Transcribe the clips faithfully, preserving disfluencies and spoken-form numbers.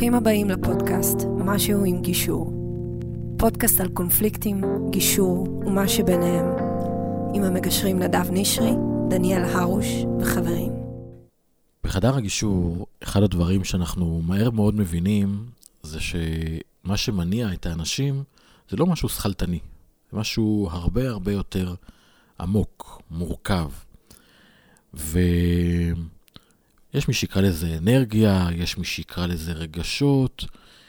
ברוכים הבאים לפודקאסט משהו עם גישור. פודקאסט על קונפליקטים, גישור ומה שביניהם. עם המגשרים נדב נשרי, דניאל הרוש וחברים. בחדר הגישור, אחד הדברים שאנחנו מהר מאוד מבינים, זה שמה שמניע את האנשים, זה לא משהו שכלתני. זה משהו הרבה הרבה יותר עמוק, מורכב. ויש מי שיקרא לזה אנרגיה, יש מי שיקרא לזה רגשות,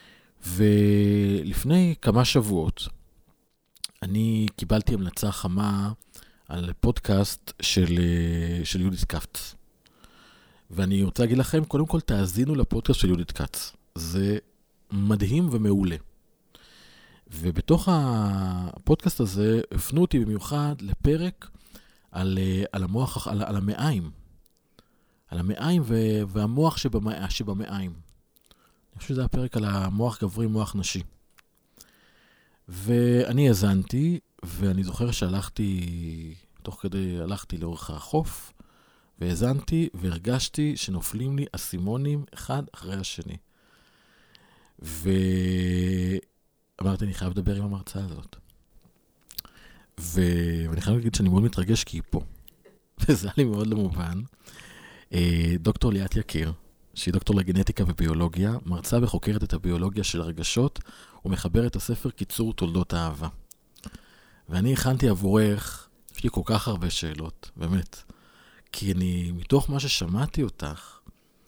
ולפני כמה שבועות, אני קיבלתי המלצה חמה על פודקאסט של, של יהודית קפץ. ואני רוצה להגיד לכם, קודם כל תאזינו לפודקאסט של יהודית קפץ. זה מדהים ומעולה. ובתוך הפודקאסט הזה הפנו אותי במיוחד לפרק על, על המוח, על, על המעיים. על המעיים והמוח שבמע, שבמעיים. אני חושב שזה הפרק על המוח גברי, מוח נשי. ואני הזנתי, ואני זוכר שהלכתי, תוך כדי הלכתי לאורך החוף, והזנתי והרגשתי שנופלים לי אסימונים אחד אחרי השני. ואמרתי, אני חייב לדבר עם המרצה הזאת. ו... ואני חייב להגיד שאני מאוד מתרגש כי היא פה. וזה היה לי מאוד לא מובן. דוקטור ליאת יקיר, שהיא דוקטור לגנטיקה וביולוגיה, מרצה וחוקרת את הביולוגיה של הרגשות, ומחברת את הספר קיצור תולדות האהבה. ואני הכנתי עבורך, יש לי כל כך הרבה שאלות, באמת. כי אני, מתוך מה ששמעתי אותך,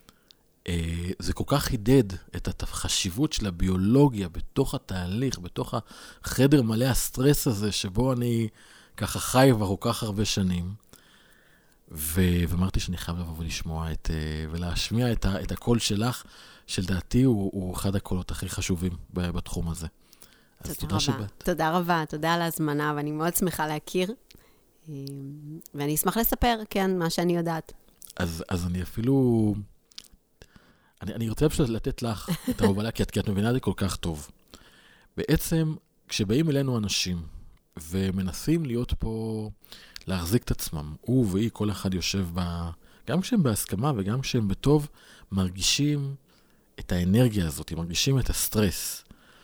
זה כל כך חידד את החשיבות של הביולוגיה בתוך התהליך, בתוך החדר מלא הסטרס הזה, שבו אני ככה חי כבר כל כך הרבה שנים. ואמרתי שאני חייב לבוא ולשמוע את, ולהשמיע את, ה, את הקול שלך, שלדעתי הוא, הוא אחד הקולות הכי חשובים בתחום הזה. אז תודה רבה. שבאת. תודה רבה, תודה על ההזמנה, ואני מאוד שמחה להכיר. ואני אשמח לספר, כן, מה שאני יודעת. אז, אז אני אפילו, אני, אני רוצה פשוט לתת לך את ההובלה, כי את, כי את מבינה לי כל כך טוב. בעצם, כשבאים אלינו אנשים, ומנסים להיות פה, להחזיק את עצמם, הוא והיא, כל אחד יושב בה, גם כשהם בהסכמה וגם כשהם בטוב, מרגישים את האנרגיה הזאת, מרגישים את הסטרס.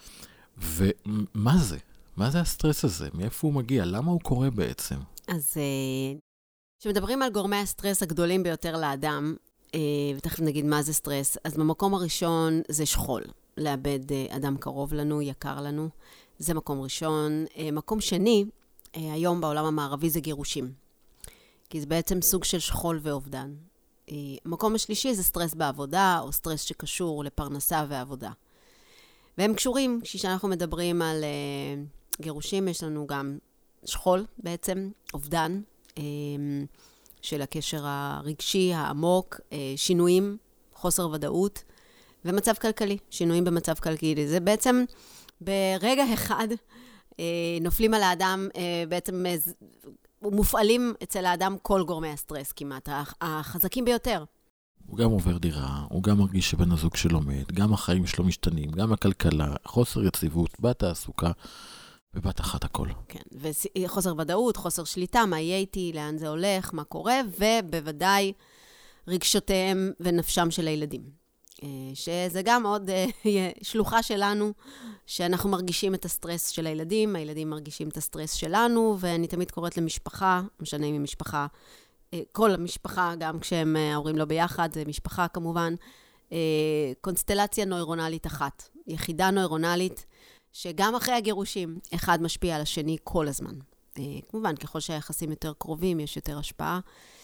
ומה זה? מה זה הסטרס הזה? מאיפה הוא מגיע? למה הוא קורה בעצם? אז כשמדברים על גורמי הסטרס הגדולים ביותר לאדם, ותכף נגיד מה זה סטרס, אז במקום הראשון זה שכול. לאבד אדם קרוב לנו, יקר לנו. זה מקום ראשון. מקום שני, היום בעולם המערבי זה גירושים. כי זה בעצם סוג של שכול ואובדן. המקום השלישי זה סטרס בעבודה, או סטרס שקשור לפרנסה ועבודה. והם קשורים, כשאנחנו מדברים על uh, גירושים, יש לנו גם שכול בעצם, אובדן, uh, של הקשר הרגשי, העמוק, uh, שינויים, חוסר ודאות, ומצב כלכלי, שינויים במצב כלכלי. זה בעצם ברגע אחד uh, נופלים על האדם, uh, בעצם uh, מופעלים אצל האדם כל גורמי הסטרס כמעט, החזקים ביותר. הוא גם עובר דירה, הוא גם מרגיש שבן הזוג שלו מת, גם החיים שלו משתנים, גם הכלכלה, חוסר יציבות, בתעסוקה, ובת אחת הכל. כן, וחוסר ודאות, חוסר שליטה, מה יהיה איתי, לאן זה הולך, מה קורה, ובוודאי רגשותיהם ונפשם של הילדים. שזה גם עוד שלוחה שלנו, שאנחנו מרגישים את הסטרס של הילדים, הילדים מרגישים את הסטרס שלנו, ואני תמיד קוראת למשפחה, משנה אם היא משפחה, כל המשפחה, גם כשהם ההורים לא ביחד, זה משפחה כמובן, קונסטלציה נוירונלית אחת, יחידה נוירונלית, שגם אחרי הגירושים, אחד משפיע על השני כל הזמן. כמובן, ככל שהיחסים יותר קרובים, יש יותר השפעה.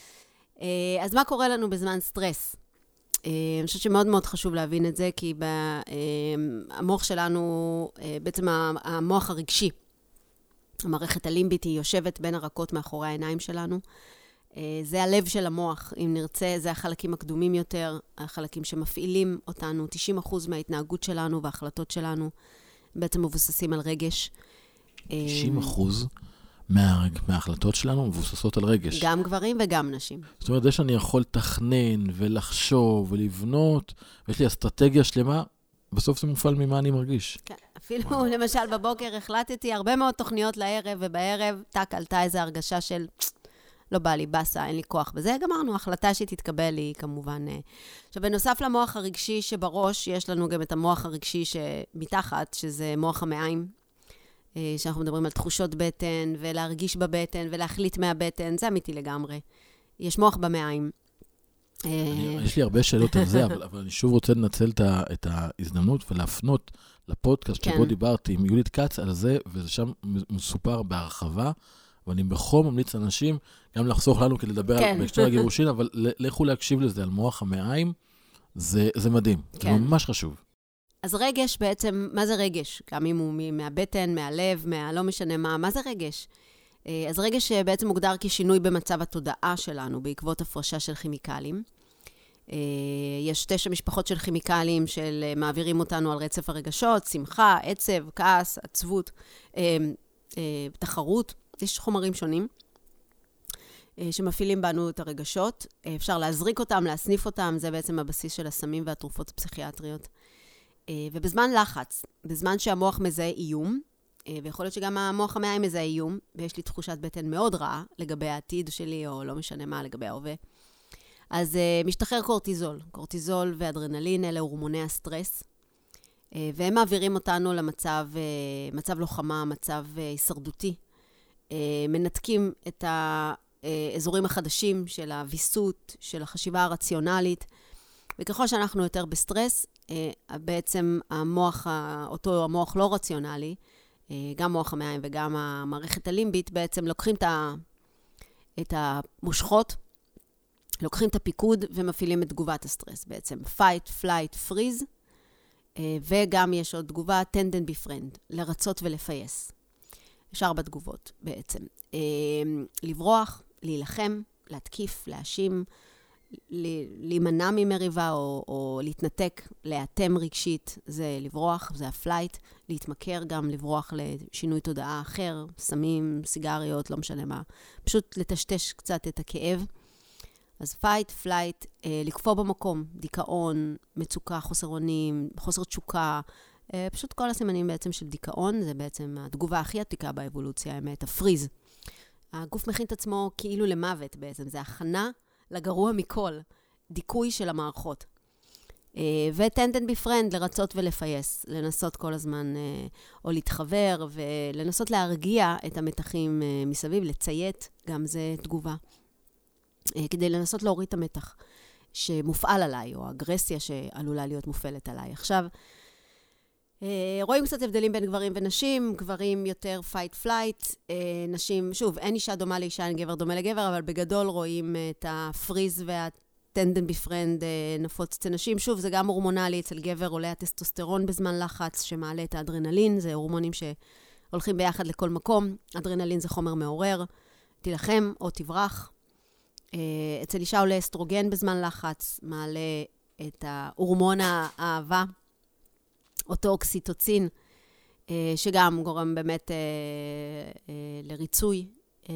אז מה קורה לנו בזמן סטרס? אני חושבת שמאוד מאוד חשוב להבין את זה, כי המוח שלנו, בעצם המוח הרגשי, המערכת הלימבית היא יושבת בין הרכות מאחורי העיניים שלנו, זה הלב של המוח, אם נרצה, זה החלקים הקדומים יותר, החלקים שמפעילים אותנו, תשעים אחוז מההתנהגות שלנו וההחלטות שלנו, בעצם מבוססים על רגש. תשעים אחוז מה, מההחלטות שלנו מבוססות על רגש. גם גברים וגם נשים. זאת אומרת, זה שאני יכול לתכנן ולחשוב ולבנות, ויש לי אסטרטגיה שלמה, בסוף זה מופעל ממה אני מרגיש. כן, אפילו וואו. למשל בבוקר החלטתי הרבה מאוד תוכניות לערב, ובערב טק עלתה איזו הרגשה של... לא בא לי, בסה, אין לי כוח בזה, גמרנו, החלטה שתתקבל היא כמובן. עכשיו, בנוסף למוח הרגשי שבראש, יש לנו גם את המוח הרגשי שמתחת, שזה מוח המעיים, שאנחנו מדברים על תחושות בטן, ולהרגיש בבטן, ולהחליט מהבטן, זה אמיתי לגמרי. יש מוח במעיים. יש לי הרבה שאלות על זה, אבל אני שוב רוצה לנצל את ההזדמנות ולהפנות לפודקאסט שבו דיברתי עם יולית קץ על זה, וזה שם מסופר בהרחבה, ואני בכל ממליץ אנשים, גם לחסוך לנו כדי לדבר על בהקשר הגירושין, אבל לכו להקשיב לזה על מוח המעיים, זה מדהים, זה ממש חשוב. אז רגש בעצם, מה זה רגש? גם אם הוא מהבטן, מהלב, לא משנה מה, מה זה רגש? אז רגש בעצם מוגדר כשינוי במצב התודעה שלנו, בעקבות הפרשה של כימיקלים. יש תשע משפחות של כימיקלים של מעבירים אותנו על רצף הרגשות, שמחה, עצב, כעס, עצבות, תחרות. יש חומרים שונים שמפעילים בנו את הרגשות. אפשר להזריק אותם, להסניף אותם, זה בעצם הבסיס של הסמים והתרופות הפסיכיאטריות. ובזמן לחץ, בזמן שהמוח מזהה איום, ויכול להיות שגם המוח המעיים מזהה איום, ויש לי תחושת בטן מאוד רעה לגבי העתיד שלי, או לא משנה מה, לגבי ההווה, אז uh, משתחרר קורטיזול. קורטיזול ואדרנלין אלה הורמוני הסטרס, uh, והם מעבירים אותנו למצב uh, מצב לוחמה, מצב uh, הישרדותי. Uh, מנתקים את האזורים החדשים של הוויסות, של החשיבה הרציונלית, וככל שאנחנו יותר בסטרס, uh, בעצם המוח, אותו המוח לא רציונלי, uh, גם מוח המעיים וגם המערכת הלימבית, בעצם לוקחים את, ה, את המושכות, לוקחים את הפיקוד ומפעילים את תגובת הסטרס בעצם. fight, flight, freeze, וגם יש עוד תגובה, tend and befriend, לרצות ולפייס. יש ארבע תגובות בעצם. לברוח, להילחם, להתקיף, להאשים, להימנע ממריבה או, או להתנתק, להאטם רגשית, זה לברוח, זה הפלייט, להתמכר גם, לברוח לשינוי תודעה אחר, סמים, סיגריות, לא משנה מה. פשוט לטשטש קצת את הכאב. אז פייט, פלייט, אה, לקפוא במקום, דיכאון, מצוקה, חוסר אונים, חוסר תשוקה, אה, פשוט כל הסימנים בעצם של דיכאון, זה בעצם התגובה הכי עתיקה באבולוציה, האמת, הפריז. הגוף מכין את עצמו כאילו למוות בעצם, זה הכנה לגרוע מכל, דיכוי של המערכות. אה, ו-tend and befriend, לרצות ולפייס, לנסות כל הזמן אה, או להתחבר, ולנסות להרגיע את המתחים אה, מסביב, לציית, גם זה תגובה. כדי לנסות להוריד את המתח שמופעל עליי, או האגרסיה שעלולה להיות מופעלת עליי. עכשיו, רואים קצת הבדלים בין גברים ונשים, גברים יותר fight flight, נשים, שוב, אין אישה דומה לאישה, אין גבר דומה לגבר, אבל בגדול רואים את הפריז וה-tend and befriend נפוץ אצל נשים. שוב, זה גם הורמונלי, אצל גבר עולה הטסטוסטרון בזמן לחץ, שמעלה את האדרנלין, זה הורמונים שהולכים ביחד לכל מקום. אדרנלין זה חומר מעורר, תילחם או תברח. אצל אישה עולה אסטרוגן בזמן לחץ, מעלה את ההורמון האהבה, אותו אוקסיטוצין, שגם גורם באמת לריצוי.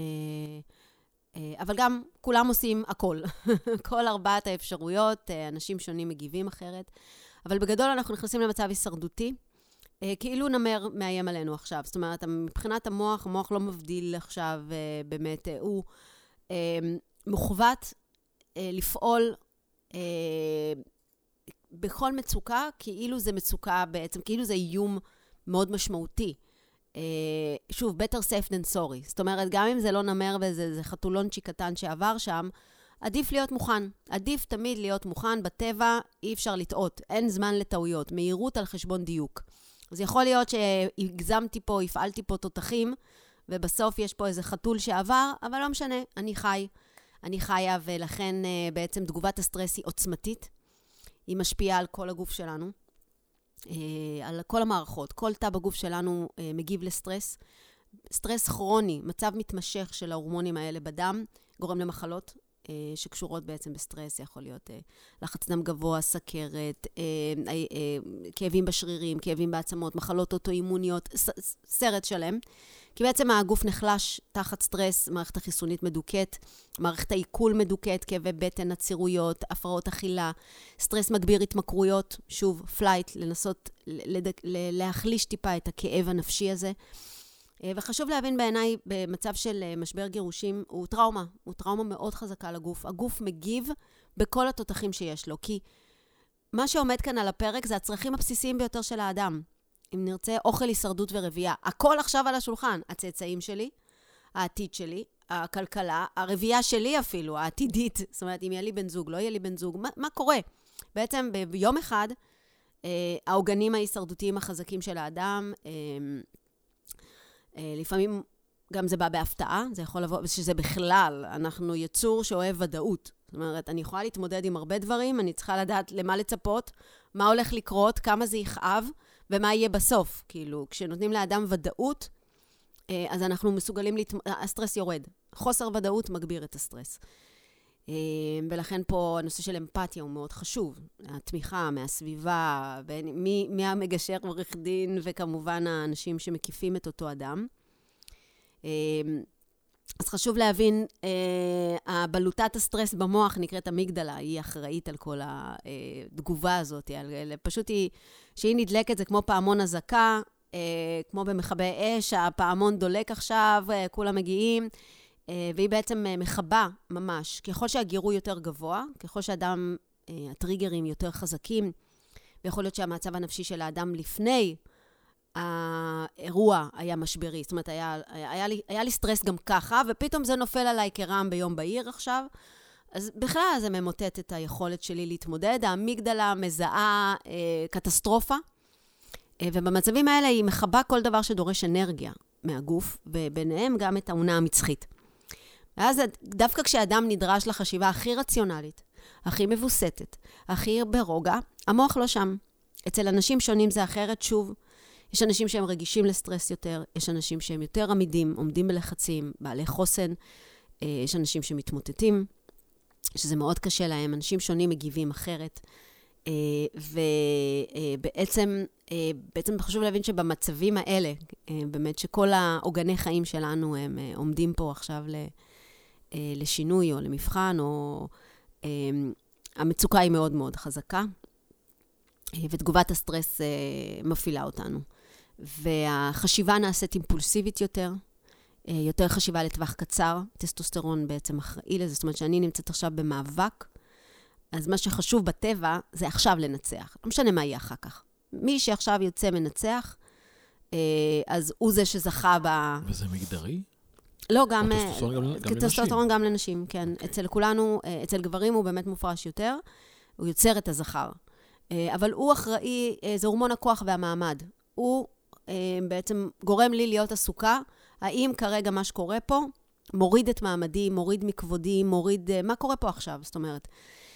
אבל גם כולם עושים הכל. כל ארבעת האפשרויות, אנשים שונים מגיבים אחרת. אבל בגדול אנחנו נכנסים למצב הישרדותי, כאילו נמר מאיים עלינו עכשיו. זאת אומרת, מבחינת המוח, המוח לא מבדיל עכשיו באמת, הוא מוחוות אה, לפעול אה, בכל מצוקה, כאילו זה מצוקה בעצם, כאילו זה איום מאוד משמעותי. אה, שוב, better safe than sorry. זאת אומרת, גם אם זה לא נמר וזה חתולונצ'י קטן שעבר שם, עדיף להיות מוכן. עדיף תמיד להיות מוכן. בטבע אי אפשר לטעות. אין זמן לטעויות. מהירות על חשבון דיוק. אז יכול להיות שהגזמתי פה, הפעלתי פה תותחים, ובסוף יש פה איזה חתול שעבר, אבל לא משנה, אני חי. אני חיה, ולכן בעצם תגובת הסטרס היא עוצמתית. היא משפיעה על כל הגוף שלנו, על כל המערכות. כל תא בגוף שלנו מגיב לסטרס. סטרס כרוני, מצב מתמשך של ההורמונים האלה בדם, גורם למחלות שקשורות בעצם בסטרס. יכול להיות לחץ דם גבוה, סכרת, כאבים בשרירים, כאבים בעצמות, מחלות אוטואימוניות, סרט שלם. כי בעצם הגוף נחלש תחת סטרס, מערכת החיסונית מדוכאת, מערכת העיכול מדוכאת, כאבי בטן, עצירויות, הפרעות אכילה, סטרס מגביר התמכרויות, שוב, פלייט, לנסות לדק, להחליש טיפה את הכאב הנפשי הזה. וחשוב להבין בעיניי, במצב של משבר גירושים, הוא טראומה. הוא טראומה מאוד חזקה לגוף. הגוף מגיב בכל התותחים שיש לו, כי מה שעומד כאן על הפרק זה הצרכים הבסיסיים ביותר של האדם. אם נרצה, אוכל, הישרדות ורבייה. הכל עכשיו על השולחן. הצאצאים שלי, העתיד שלי, הכלכלה, הרבייה שלי אפילו, העתידית. זאת אומרת, אם יהיה לי בן זוג, לא יהיה לי בן זוג, מה, מה קורה? בעצם ביום אחד, אה, העוגנים ההישרדותיים החזקים של האדם, אה, אה, לפעמים גם זה בא בהפתעה, זה יכול לבוא, שזה בכלל, אנחנו יצור שאוהב ודאות. זאת אומרת, אני יכולה להתמודד עם הרבה דברים, אני צריכה לדעת למה לצפות, מה הולך לקרות, כמה זה יכאב, ומה יהיה בסוף. כאילו, כשנותנים לאדם ודאות, אז אנחנו מסוגלים, להת... הסטרס יורד. חוסר ודאות מגביר את הסטרס. ולכן פה הנושא של אמפתיה הוא מאוד חשוב. התמיכה מהסביבה, מי, מי המגשר עורך דין, וכמובן האנשים שמקיפים את אותו אדם. אז חשוב להבין, הבלוטת הסטרס במוח נקראת אמיגדלה, היא אחראית על כל התגובה הזאת. פשוט היא, שהיא נדלקת, זה כמו פעמון הזקה, כמו במכבי אש, הפעמון דולק עכשיו, כולם מגיעים, והיא בעצם מחבה ממש. ככל שהגירוי יותר גבוה, ככל שהאדם, הטריגרים יותר חזקים, ויכול להיות שהמצב הנפשי של האדם לפני האירוע היה משברי. זאת אומרת, היה, היה, לי, היה לי סטרס גם ככה, ופתאום זה נופל עליי כרעם ביום בהיר עכשיו. אז בכלל זה ממוטט את היכולת שלי להתמודד. האמיגדלה מזהה אה, קטסטרופה, ובמצבים האלה היא מחבה כל דבר שדורש אנרגיה מהגוף, וביניהם גם את העונה המצחית. ואז דווקא כשאדם נדרש לחשיבה הכי רציונלית, הכי מבוסתת, הכי ברוגע, המוח לא שם. אצל אנשים שונים זה אחרת, שוב, יש אנשים שהם רגישים לסטרס יותר, יש אנשים שהם יותר עמידים, עומדים בלחצים, בעלי חוסן, יש אנשים שמתמוטטים, שזה מאוד קשה להם, אנשים שונים מגיבים אחרת, ובעצם בעצם חשוב להבין שבמצבים האלה, באמת שכל העוגני חיים שלנו הם עומדים פה עכשיו לשינוי או למבחן, או המצוקה היא מאוד מאוד חזקה, ותגובת הסטרס מפעילה אותנו. והחשיבה נעשית אימפולסיבית יותר, יותר חשיבה לטווח קצר, טסטוסטרון בעצם אחראי לזה, זאת אומרת שאני נמצאת עכשיו במאבק, אז מה שחשוב בטבע זה עכשיו לנצח. לא משנה מה יהיה אחר כך. מי שעכשיו יוצא מנצח, אז הוא זה שזכה ב... וזה מגדרי? לא, גם... טסטוסטרון גם לנשים, כן. אצל כולנו, אצל גברים הוא באמת מופרש יותר, הוא יוצר את הזכר. אבל הוא אחראי, זה הורמון הכוח והמעמד. הוא בעצם גורם לי להיות עסוקה, האם כרגע מה שקורה פה, מוריד את מעמדי, מוריד מכבודי, מוריד... מה קורה פה עכשיו? זאת אומרת...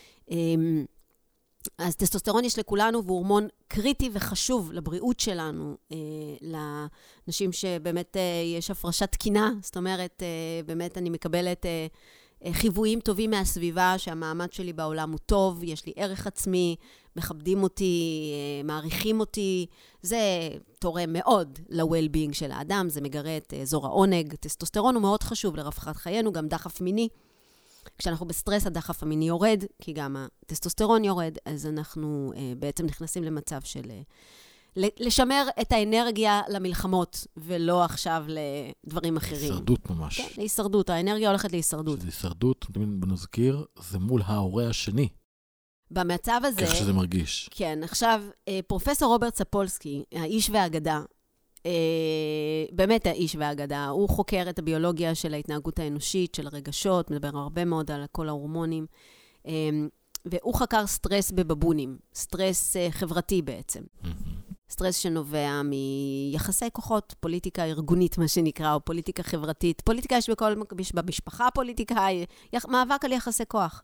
אז טסטוסטרון יש לכולנו, והוא הורמון קריטי וחשוב לבריאות שלנו, לאנשים שבאמת יש הפרשת תקינה, זאת אומרת, באמת אני מקבלת חיוויים טובים מהסביבה, שהמעמד שלי בעולם הוא טוב, יש לי ערך עצמי, מכבדים אותי, מעריכים אותי, זה תורם מאוד ל-well-being של האדם, זה מגרה את אזור העונג, טסטוסטרון הוא מאוד חשוב לרווחת חיינו, גם דחף מיני, כשאנחנו בסטרס, הדחף המיני יורד, כי גם הטסטוסטרון יורד, אז אנחנו uh, בעצם נכנסים למצב של uh, לשמר את האנרגיה למלחמות, ולא עכשיו לדברים אחרים. הישרדות ממש. כן, להישרדות. האנרגיה הולכת להישרדות. שזה הישרדות, תמיד בנזכיר, זה מול ההורה השני. במצב הזה... איך שזה מרגיש. כן, עכשיו, פרופסור רוברט ספולסקי, האיש והאגדה, באמת האיש והאגדה, הוא חוקר את הביולוגיה של ההתנהגות האנושית, של הרגשות, מדבר הרבה מאוד על כל ההורמונים, והוא חקר סטרס בבבונים, סטרס חברתי בעצם. סטרס שנובע מיחסי כוחות, פוליטיקה ארגונית, מה שנקרא, או פוליטיקה חברתית. פוליטיקה יש בכל, במשפחה פוליטיקה, מאבק על יחסי כוח.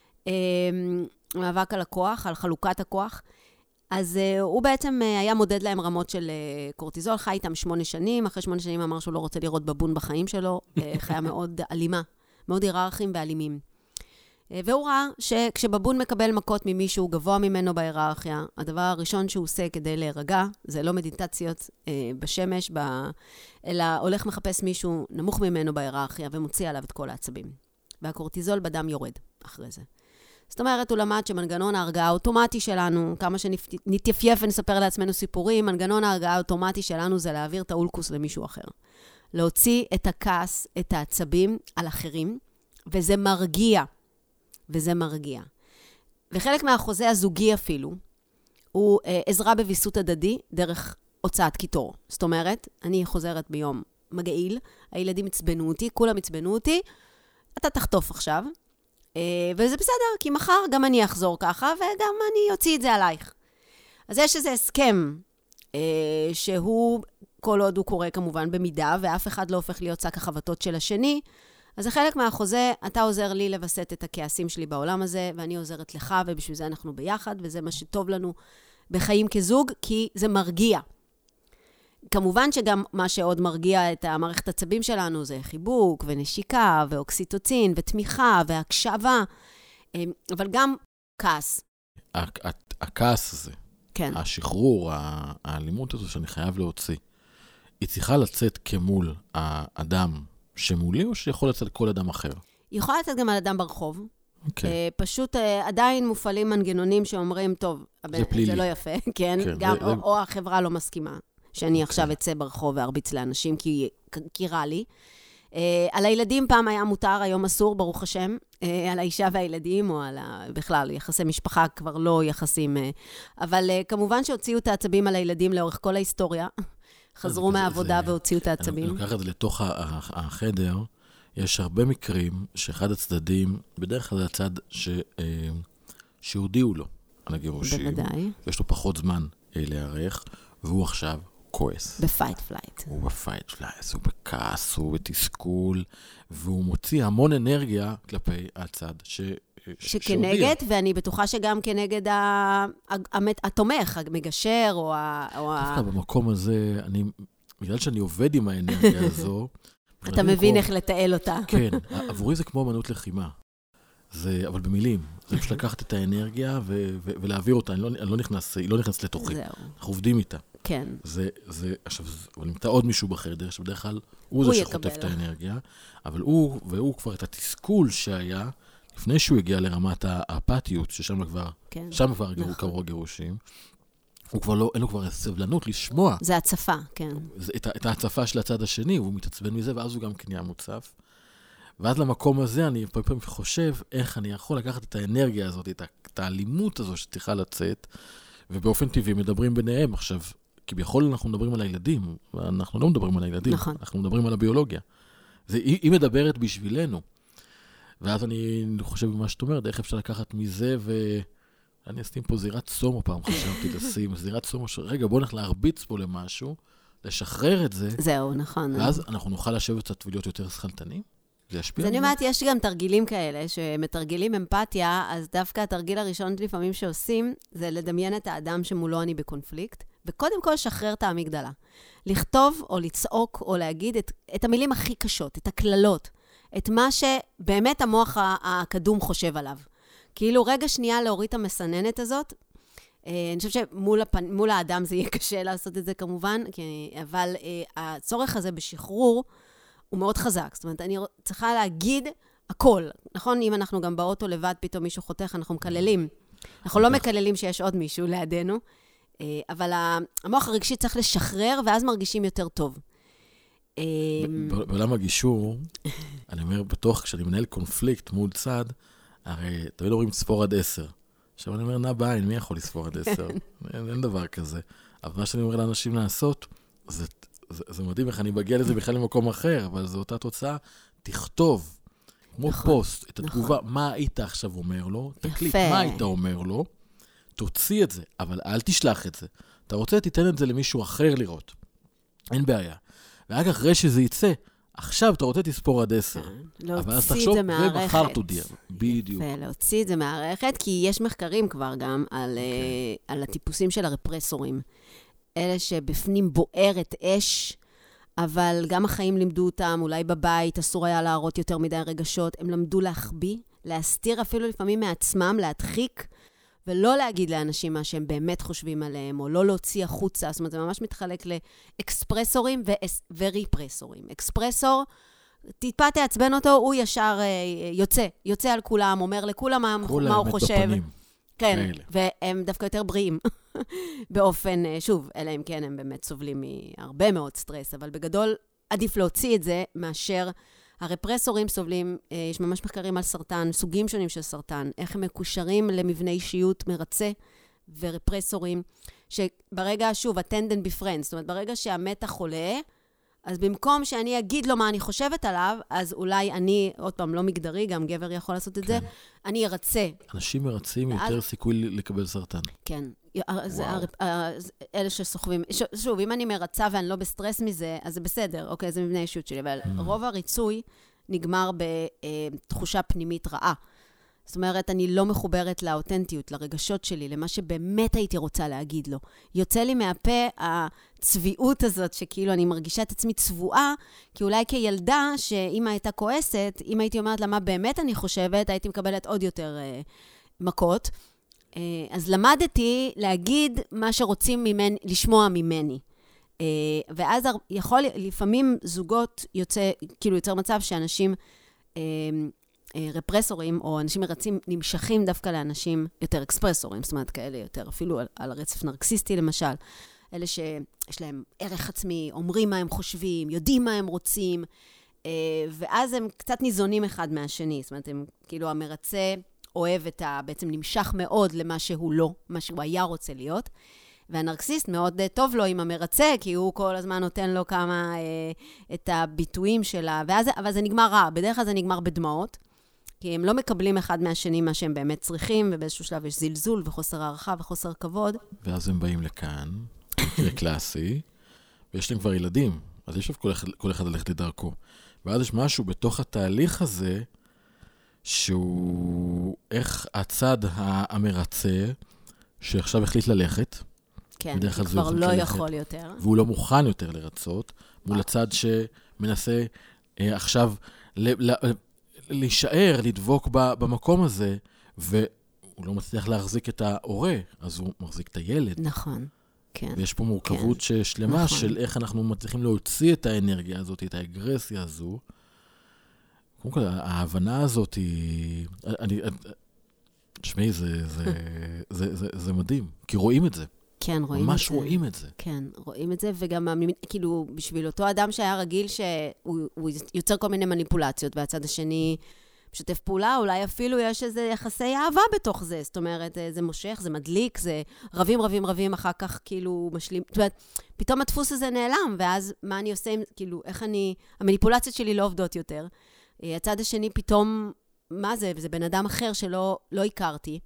מאבק על הכוח, על חלוקת הכוח. אז uh, הוא בעצם uh, היה מודד להם רמות של uh, קורטיזול, חי איתם שמונה שנים, אחרי שמונה שנים אמר שהוא לא רוצה לראות בבון בחיים שלו, uh, חיה מאוד אלימה, מאוד היררכיים ואלימים. Uh, והוא ראה שכשבבון מקבל מכות ממישהו גבוה ממנו בהיררכיה, הדבר הראשון שהוא עושה כדי להירגע, זה לא מדיטציות uh, בשמש, ב... אלא הולך מחפש מישהו נמוך ממנו בהיררכיה, ומוציא עליו את כל העצבים. והקורטיזול בדם יורד אחרי זה. זאת אומרת, הוא למד שמנגנון ההרגעה האוטומטי שלנו, כמה שנתייפייף ונספר לעצמנו סיפורים, מנגנון ההרגעה האוטומטי שלנו זה להעביר את האולקוס למישהו אחר. להוציא את הכעס, את העצבים על אחרים, וזה מרגיע. וזה מרגיע. וחלק מהחוזה הזוגי אפילו, הוא אה, עזרה בביסות הדדי דרך הוצאת קיטור. זאת אומרת, אני חוזרת ביום מגעיל, הילדים הצבנו אותי, כולם הצבנו אותי, אתה תחטוף עכשיו, אה, וזה בסדר, כי מחר גם אני אחזור ככה, וגם אני אוציא את זה עלייך. אז יש איזה הסכם, אה, שהוא, כל עוד הוא קורה כמובן במידה, ואף אחד לא הופך להיות שק החבטות של השני, אז זה חלק מהחוזה, אתה עוזר לי לבסט את הכעסים שלי בעולם הזה, ואני עוזרת לך, ובשביל זה אנחנו ביחד, וזה מה שטוב לנו בחיים כזוג, כי זה מרגיע. כמובן שגם מה שעוד מרגיע את המערכת עצבים שלנו, זה חיבוק ונשיקה, ואוקסיטוצין, ותמיכה, והקשבה, אבל גם כעס. הכעס הזה, כן. השחרור, האלימות הזו שאני חייב להוציא, היא צריכה לצאת כמול האדם שמולי, או שיכול לצאת כל אדם אחר? היא יכולה לצאת גם על אדם ברחוב. Okay. פשוט עדיין מופעלים מנגנונים שאומרים, טוב, זה פלילי. זה לא יפה, כן? כן, גם, זה, או, זה... או החברה לא מסכימה, שאני Okay. עכשיו אצא ברחוב וארביץ לאנשים, כי, כי רע לי. על הילדים פעם היה מותר, היום אסור, ברוך השם, על האישה והילדים, או על ה... בכלל, יחסי משפחה כבר לא יחסים. אבל כמובן שהוציאו את העצבים על הילדים לאורך כל ההיסטוריה, חזרו מהעבודה והוציאו את העצבים. אני לוקח את זה לתוך החדר, יש הרבה מקרים שאחד הצדדים, בדרך כלל זה הצד ש, שהודיעו לו על הגירושים. בוודאי. יש לו פחות זמן להיערך, והוא עכשיו כועס. בפייט פלייט. הוא בפייט פלייט, הוא בכעס, הוא בתסכול, והוא מוציא המון אנרגיה כלפי הצד ש... שכנגד, ואני בטוחה שגם כנגד התומך, המגשר, או ה... דווקא במקום הזה, אני, בגלל שאני עובד עם האנרגיה הזו, אתה מבין איך לתעל אותה. כן, עבורי זה כמו אמנות לחימה. זה, אבל במילים. זה פשוט לקחת את האנרגיה ולהעביר אותה. אני לא נכנס, היא לא נכנס לתוכי. אנחנו עובדים איתה. כן. זה, זה, עכשיו, הוא נמצא עוד מישהו בחדר, שבדרך כלל הוא זה שחוטף את האנרגיה, אבל הוא, והוא כבר את התסכול שהיה, לפני שהוא הגיע לרמת האפתיות, ששם כבר, שם כבר קרו הגירושים, הוא כבר לא, אין לו כבר סבלנות לשמוע. זה הצפה, כן. את, את ההצפה של הצד השני, והוא מתעצבן מזה, ואז הוא גם כנהיה מוצף. ואז למקום הזה אני פעמים חושב איך אני יכול לקחת את האנרגיה הזאת, את, את האלימות הזו שצריכה לצאת, ובאופן טבעי מדברים ביניהם. עכשיו, כביכול אנחנו מדברים על הילדים, ואנחנו לא מדברים על הילדים, נכון. אנחנו מדברים על הביולוגיה. זה, היא, היא מדברת בשבילנו. ואז אני חושב במה שאת אומרת, איך אפשר לקחת מזה, ואני אשים פה זירת סומו פעם, חשבתי לשים, זירת סומו, ש... רגע, בוא נלך להרביץ פה למשהו, לשחרר את זה. זהו, נכון. ואז אנחנו נוכל לשבת קצת ולהיות יותר שכלתנים. זה ישפיע. אז אני אומרת, יש גם תרגילים כאלה, שמתרגלים אמפתיה, אז דווקא התרגיל הראשון לפעמים שעושים, זה לדמיין את האדם שמולו אני בקונפליקט, וקודם כל שחרר את המגדלה. לכתוב או לצעוק או להגיד את, את המילים הכי קשות, את הכללות, את מה שבאמת המוח הקדום חושב עליו. כאילו רגע שנייה להוריד את המסננת הזאת, אני חושבת שמול הפן, מול האדם זה יהיה קשה לעשות את זה כמובן, אבל הצורך הזה בשחרור הוא מאוד חזק. זאת אומרת, אני צריכה להגיד הכל. נכון? אם אנחנו גם באוטו לבד, פתאום מישהו חותך, אנחנו מקללים. אנחנו לא מקללים שיש עוד מישהו לידינו, אבל המוח הרגשי צריך לשחרר, ואז מרגישים יותר טוב. בעולם הגישור, אני אומר, בטוח כשאני מנהל קונפליקט מול צד, הרי תמיד אומרים ספור עד עשר. עכשיו אני אומר, נע בעין, מי יכול לספור עד עשר? אין, אין דבר כזה. אבל מה שאני אומר לאנשים לעשות, זה, זה, זה מדהים איך אני בגיע לזה בכלל למקום אחר, אבל זו אותה תוצאה, תכתוב, כמו נכון, פוסט, את התגובה, נכון. מה היית עכשיו אומר לו, תקליט, מה היית אומר לו, תוציא את זה, אבל אל תשלח את זה. אתה רוצה, תיתן את זה למישהו אחר לראות. אין בעיה. ורק אחרי שזה יצא, עכשיו אתה רוצה תספור עד עשר. להוציא את זה מהערכת. ומחר תודיע. בדיוק. ולהוציא את זה מהערכת, כי יש מחקרים כבר גם על, okay. על הטיפוסים של הרפרסורים. אלה שבפנים בוערת אש, אבל גם החיים לימדו אותם, אולי בבית, אסור היה להראות יותר מדי רגשות, הם למדו להחביא, להסתיר אפילו לפעמים מעצמם, להדחיק, ולא להגיד לאנשים מה שהם באמת חושבים עליהם, או לא להוציא החוצה. זאת אומרת, זה ממש מתחלק לאקספרסורים וריפרסורים. אקספרסור, טיפה תעצבן אותו, הוא ישר יוצא, יוצא על כולם, אומר לכולם מה, מה הוא חושב. בפנים. כן, כאלה. והם דווקא יותר בריאים. באופן, שוב, אלא אם כן הם באמת סובלים מהרבה מאוד סטרס, אבל בגדול עדיף להוציא את זה מאשר הרפרסורים סובלים, יש ממש מחקרים על סרטן, סוגים שונים של סרטן, איך הם מקושרים למבנה אישיות מרצה ורפרסורים, שברגע, שוב, attend and befriend, זאת אומרת, ברגע שהמתח עולה, אז במקום שאני אגיד לו מה אני חושבת עליו, אז אולי אני, עוד פעם, לא מגדרי, גם גבר יכול לעשות את זה, אני ארצה. אנשים מרצים יותר סיכוי לקבל סרטן. כן. אלה שסוחבים. שוב, אם אני מרצה ואני לא בסטרס מזה, אז זה בסדר, אוקיי, זה מבנה אישיות שלי, אבל רוב הריצוי נגמר בתחושה פנימית רעה. זאת אומרת, אני לא מחוברת לאותנטיות, לרגשות שלי, למה שבאמת הייתי רוצה להגיד לו. יוצא לי מהפה הצביעות הזאת, שכאילו אני מרגישה את עצמי צבועה, כי אולי כילדה, שאמא הייתה כועסת, אם הייתי אומרת לה מה באמת אני חושבת, הייתי מקבלת עוד יותר אה, מכות. אה, אז למדתי להגיד מה שרוצים ממני, לשמוע ממני. אה, ואז יכול, לפעמים זוגות יוצא, כאילו יוצר מצב שאנשים... אה, רפרסורים, או אנשים מרצים, נמשכים דווקא לאנשים יותר אקספרסורים, זאת אומרת, כאלה יותר, אפילו על, על הרצף נרקסיסטי למשל, אלה שיש להם ערך עצמי, אומרים מה הם חושבים, יודעים מה הם רוצים, ואז הם קצת ניזונים אחד מהשני, זאת אומרת, הם כאילו המרצה אוהב את ה... בעצם נמשך מאוד למה שהוא לא, מה שהוא היה רוצה להיות, והנרקסיסט מאוד טוב לו עם המרצה, כי הוא כל הזמן נותן לו כמה, את הביטויים שלה, ואז, אבל זה נגמר רע, בדרך כלל זה נגמר בדמעות, כי הם לא מקבלים אחד מהשני מה שהם באמת צריכים, ובאיזשהו שלב יש זלזול וחוסר הערכה וחוסר כבוד. ואז הם באים לכאן, מקרה קלאסי, ויש להם כבר ילדים, אז יש כל אחד, כל אחד ללכת לדרכו. ואז יש משהו בתוך התהליך הזה, שהוא איך הצד המרצה, שעכשיו החליט ללכת, כן, הוא כבר לא יכול יותר. והוא לא מוכן יותר לרצות, מול הצד שמנסה אה, עכשיו ל, ל, להישאר, לדבוק ב, במקום הזה, והוא לא מצליח להחזיק את ההורה, אז הוא מחזיק את הילד. נכון, כן. ויש פה מורכבות כן. שלמה נכון. של איך אנחנו מצליחים להוציא את האנרגיה הזאת, את האגרסיה הזו. קודם כל, ההבנה הזאת היא... אני, תשמעי, זה, זה, זה, זה, זה מדהים, כי רואים את זה. כן, רואים ממש את זה. ממש רואים את זה. כן, רואים את זה, וגם, כאילו, בשביל אותו אדם שהיה רגיל שהוא הוא יוצר כל מיני מניפולציות, והצד השני משתף פעולה, אולי אפילו יש איזה יחסי אהבה בתוך זה, זאת אומרת, זה מושך, זה מדליק, זה רבים, רבים, רבים, אחר כך כאילו משלים, זאת אומרת, פתאום הדפוס הזה נעלם, ואז מה אני עושה עם, כאילו, איך אני, המניפולציות שלי לא עובדות יותר. הצד השני פתאום, מה זה? זה בן אדם אחר שלא לא הכרתי,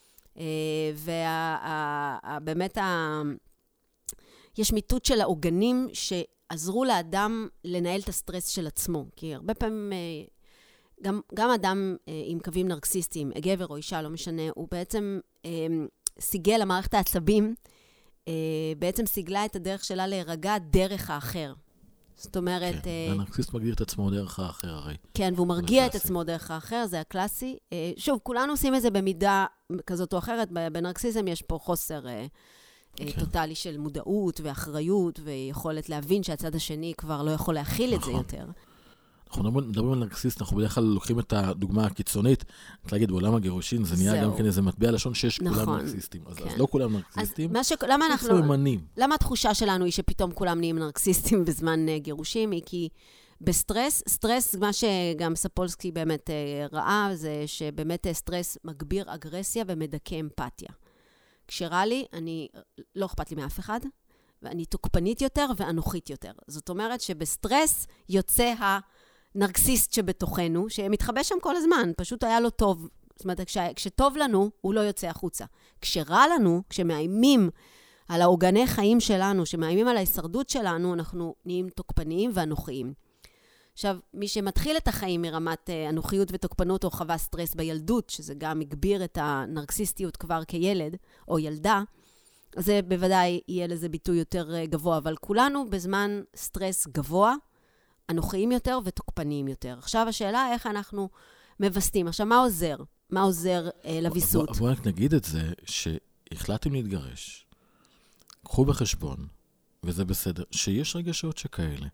ובאמת יש מיטוט של העוגנים שעזרו לאדם לנהל את הסטרס של עצמו, כי הרבה פעמים גם, גם אדם עם קווים נרקסיסטיים, גבר או אישה, לא משנה, הוא בעצם סיגל למערכת העצבים, בעצם סיגלה את הדרך שלה להירגע דרך האחר. זאת אומרת... כן, הנרקסיסט מגדיר את עצמו דרך האחר הרי. כן, והוא מרגיע את עצמו דרך האחר, זה הקלאסי. שוב, כולנו עושים את זה במידה כזאת או אחרת, בנרקסיזם יש פה חוסר טוטלי של מודעות ואחריות, ויכולת להבין שהצד השני כבר לא יכול להכיל את זה יותר. אנחנו מדברים על נרקסיסט, אנחנו בדרך כלל לוקחים את הדוגמה הקיצונית, אני להגיד, בעולם הגירושין, זה נהיה גם כן איזה מטבע לשון שיש כולם נרקסיסטים. אז לא כולם נרקסיסטים, אנחנו אמנים. למה התחושה שלנו היא שפתאום כולם נהיים נרקסיסטים בזמן גירושים? היא כי בסטרס, סטרס, מה שגם ספולסקי באמת ראה, זה שבאמת סטרס מגביר אגרסיה ומדכא אמפתיה. כשרע לי, אני לא אכפת לי מאף אחד, ואני תוקפנית יותר ואנוכית יותר. זאת אומרת שבסטרס יוצא ה... נרקסיסט שבתוכנו, שמתחבא שם כל הזמן, פשוט היה לו טוב. זאת אומרת, כש, כשטוב לנו, הוא לא יוצא החוצה. כשרע לנו, כשמאיימים על העוגני חיים שלנו, שמאיימים על ההישרדות שלנו, אנחנו נהיים תוקפניים ואנוכיים. עכשיו, מי שמתחיל את החיים מרמת אנוכיות ותוקפנות או חווה סטרס בילדות, שזה גם מגביר את הנרקסיסטיות כבר כילד או ילדה, זה בוודאי יהיה לזה ביטוי יותר גבוה, אבל כולנו בזמן סטרס גבוה, אנוכיים יותר ותוקפניים יותר. עכשיו השאלה איך אנחנו מבסטים. עכשיו, מה עוזר? מה עוזר אה, לביסות? בואו רק נגיד את זה, שהחלטתם להתגרש, קחו בחשבון, וזה בסדר, שיש רגשות שכאלה,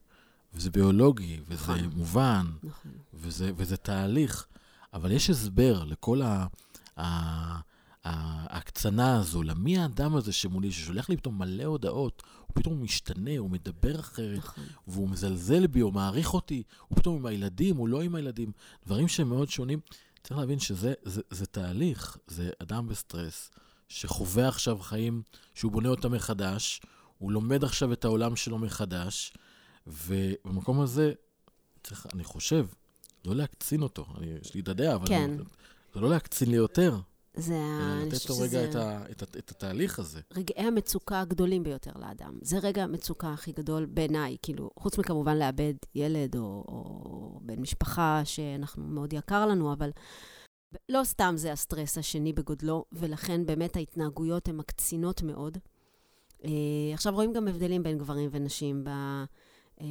וזה ביולוגי, וזה נכון. מובן, נכון. וזה, וזה תהליך. אבל יש הסבר לכל ה... ה... ההקצנה הזו, למי האדם הזה שמולי, ששולח לי פתאום מלא הודעות, הוא פתאום משתנה, הוא מדבר אחרת, נכון. והוא מזלזל בי, הוא מעריך אותי, הוא פתאום עם הילדים, הוא לא עם הילדים, דברים שהם מאוד שונים. צריך להבין שזה זה, זה תהליך, זה אדם בסטרס, שחווה עכשיו חיים, שהוא בונה אותם מחדש, הוא לומד עכשיו את העולם שלו מחדש, ובמקום הזה, צריך, אני חושב, לא להקצין אותו, אני, יש לי את הדעה, אבל כן. אני, זה לא להקצין לי יותר. זה, אני לתת לו רגע את, ה, את, ה, את התהליך הזה. רגעי המצוקה הגדולים ביותר לאדם. זה רגע המצוקה הכי גדול בעיניי, כאילו, חוץ מכמובן לאבד ילד או, או בן משפחה שאנחנו מאוד יקר לנו, אבל לא סתם זה הסטרס השני בגודלו, ולכן באמת ההתנהגויות הן מקצינות מאוד. אה, עכשיו רואים גם הבדלים בין גברים ונשים. ב, אה,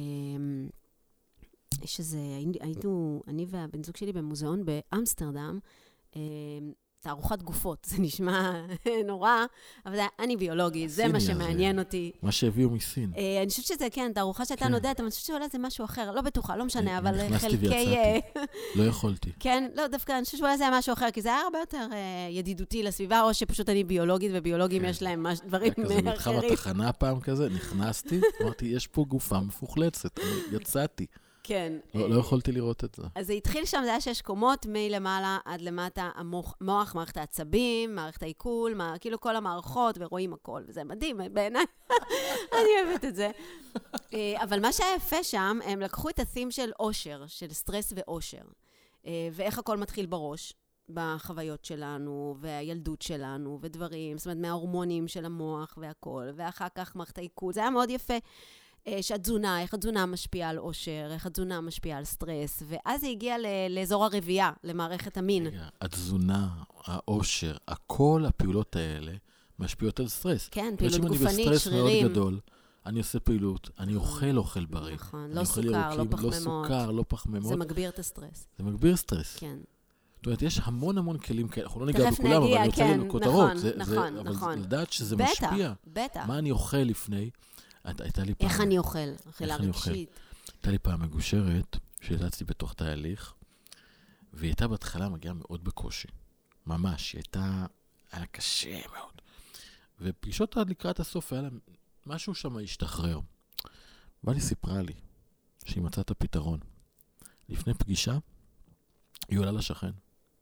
יש איזה, היינו, אני והבן זוג שלי במוזיאון באמסטרדם, אה, תערוכת גופות, זה נשמע נורא, אבל זה אני ביולוגי, זה מה שמעניין אותי. מה שהביאו מסין. אני חושבת שזה, כן, תערוכה שהייתה נודעת, אבל אני חושבת שאולי זה משהו אחר, לא בטוחה, לא משנה, אבל חלקי... נכנסתי ויצאתי, לא יכולתי. כן, לא, דווקא אני חושבת שאולי זה היה משהו אחר, כי זה היה הרבה יותר ידידותי לסביבה, או שפשוט אני ביולוגית, וביולוגים יש להם דברים אחרים. כזה מתחם התחנה פעם כזה, נכנסתי, אמרתי, יש פה גופה מפוחלצת, יצאתי. כן. לא, לא יכולתי לראות את זה. אז זה התחיל שם, זה היה שש קומות, מלמעלה עד למטה, המוח, מוח, מערכת העצבים, מערכת העיכול, מה, כאילו כל המערכות, ורואים הכל, וזה מדהים, בעיניי. אני אוהבת את זה. אבל מה שהיה יפה שם, הם לקחו את התים של אושר, של סטרס ואושר, ואיך הכל מתחיל בראש, בחוויות שלנו, והילדות שלנו, ודברים, זאת אומרת, מההורמונים של המוח והכל, ואחר כך מערכת העיכול, זה היה מאוד יפה. שהתזונה, איך התזונה משפיעה על אושר, איך התזונה משפיעה על סטרס, ואז זה הגיע לאזור הרבייה, למערכת המין. התזונה, האושר, כל הפעולות האלה משפיעות על סטרס. כן, פעילות גופנית, שרירים. אני בסטרס מאוד גדול, אני עושה פעילות, אני אוכל אוכל בריא. נכון, לא סוכר, לא פחמימות. לא סוכר, לא פחמימות. זה מגביר את הסטרס. זה מגביר סטרס. כן. זאת אומרת, יש המון המון כלים כאלה, אנחנו לא ניגע בכולם, אבל אני רוצה גם לכותרות. נכון, נכון. אבל לדעת שזה משפיע. בטח. מה אני אוכל לפני? הייתה לי פעם... איך אני אוכל? אכילה רגשית. הייתה לי פעם מגושרת, שיצאתי בתוך תהליך, והיא הייתה בהתחלה מגיעה מאוד בקושי. ממש, היא הייתה... היה קשה מאוד. ופגישות עד לקראת הסוף, היה לה... משהו שם השתחרר. ואני סיפרה לי, שהיא מצאה את הפתרון. לפני פגישה, היא עולה לשכן.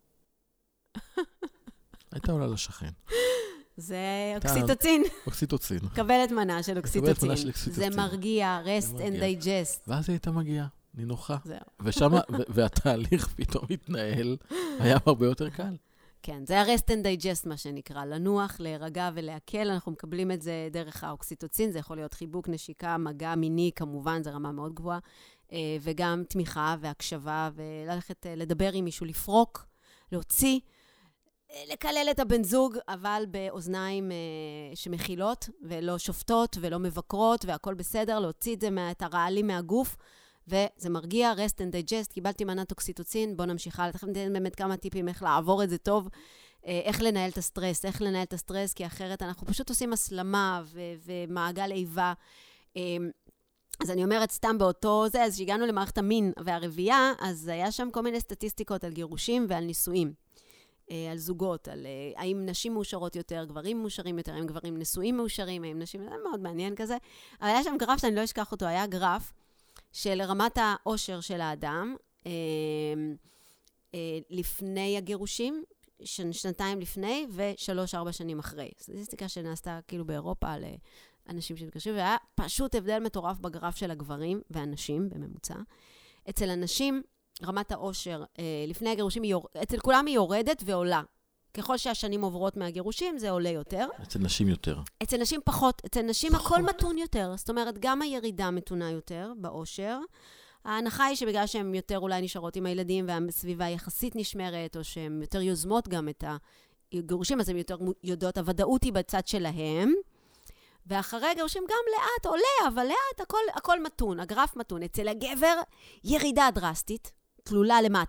הייתה עולה לשכן. זה אוקסיטוצין. אוקסיטוצין. קבלת מנה של אוקסיטוצין. קבלת מנה של אוקסיטוצין. זה מרגיע, rest and digest. ואז היא הייתה מגיעה, נינוחה. זהו. ושם, והתהליך פתאום התנהל, היה הרבה יותר קל. כן, זה ה-rest and digest, מה שנקרא. לנוח, להירגע ולהקל. אנחנו מקבלים את זה דרך האוקסיטוצין. זה יכול להיות חיבוק, נשיקה, מגע מיני, כמובן, זה רמה מאוד גבוהה. וגם תמיכה והקשבה, וללכת לדבר עם מישהו, לפרוק, להוציא, לקלל את הבן זוג, אבל באוזניים שמכילות, ולא שופטות, ולא מבקרות, והכל בסדר, להוציא את זה, את הרעלים מהגוף, וזה מרגיע, rest and digest, קיבלתי מנת אוקסיטוצין, בוא נמשיך הלאה, תכף ניתן באמת כמה טיפים איך לעבור את זה טוב, איך לנהל את הסטרס, איך לנהל את הסטרס, כי אחרת אנחנו פשוט עושים הסלמה ו- ומעגל איבה. אז אני אומרת סתם באותו זה, אז שהגענו למערכת המין והרבייה, אז היה שם כל מיני סטטיסטיקות על גירושים ועל נישואים. על זוגות, על האם נשים מאושרות יותר, גברים מאושרים יותר, האם גברים נשואים מאושרים, האם נשים, זה מאוד מעניין כזה. אבל היה שם גרף שאני לא אשכח אותו, היה גרף של רמת האושר של האדם, אה, אה, לפני הגירושים, שנתיים לפני ושלוש, ארבע שנים אחרי. סטטיסטיקה שנעשתה כאילו באירופה על אנשים שמתקשרים, והיה פשוט הבדל מטורף בגרף של הגברים והנשים בממוצע. אצל הנשים, רמת האושר, לפני הגירושים, אצל כולם היא יורדת ועולה. ככל שהשנים עוברות מהגירושים, זה עולה יותר. אצל נשים יותר. אצל נשים פחות. אצל נשים הכל מתון יותר. זאת אומרת, גם הירידה מתונה יותר באושר. ההנחה היא שבגלל שהן יותר אולי נשארות עם הילדים, והסביבה יחסית נשמרת, או שהן יותר יוזמות גם את הגירושים, אז הן יותר יודעות, הוודאות היא בצד שלהם. ואחרי הגירושים גם לאט עולה, אבל לאט הכל, הכל מתון, הגרף מתון. אצל הגבר, ירידה דרסטית, תלולה למטה,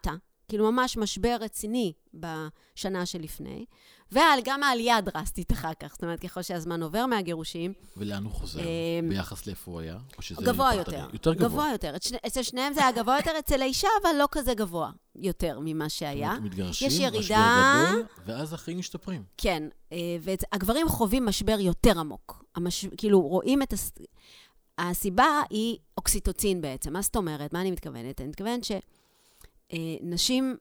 כאילו ממש משבר רציני בשנה שלפני, וגם העלייה הדרסטית אחר כך, זאת אומרת, ככל שהזמן עובר מהגירושים. ולאן הוא חוזר? ביחס לאיפה הוא היה? גבוה יותר. יותר גבוה. גבוה יותר. אצל שניהם זה היה גבוה יותר, אצל האישה, אבל לא כזה גבוה יותר ממה שהיה. מתגרשים, יש ירידה. משבר גדול, ואז החיים משתפרים. כן, והגברים חווים משבר יותר עמוק. כאילו, רואים את... הסיבה היא אוקסיטוצין בעצם. מה זאת אומרת? מה אני מתכוונת? אני מתכוונת שנשים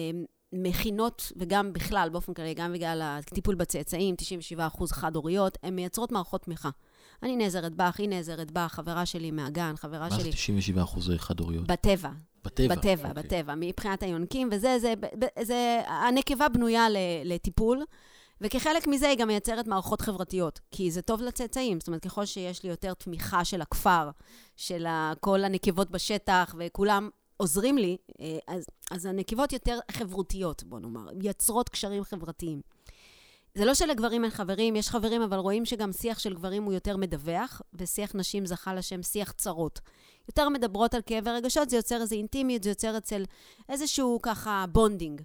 מכינות, וגם בכלל, באופן כללי, גם בגלל הטיפול בצאצאים, תשעים ושבעה אחוז חד-הוריות, הן מייצרות מערכות תמיכה. אני נעזרת בך, היא נעזרת בך, חברה שלי מהגן, חברה שלי... מה זה תשעים ושבעה אחוז חד-הוריות? בטבע. בטבע? בטבע, בטבע. מבחינת היונקים, וזה, זה, זה, הנקבה בנויה לטיפול, וכחלק מזה היא גם מייצרת מערכות חברתיות, כי זה טוב לצאצאים, זאת אומרת, ככל שיש לי יותר תמיכה של הכפר, של כל הנקבות בשטח, וכולם עוזרים לי, אז, אז הנקבות יותר חברותיות, בוא נאמר, יצרות קשרים חברתיים. זה לא שלגברים אין חברים, יש חברים, אבל רואים שגם שיח של גברים הוא יותר מדווח, ושיח נשים זכה לשם שיח צרות. יותר מדברות על כאב ורגשות, זה יוצר איזו אינטימיות, זה יוצר אצל איזשהו ככה בונדינג.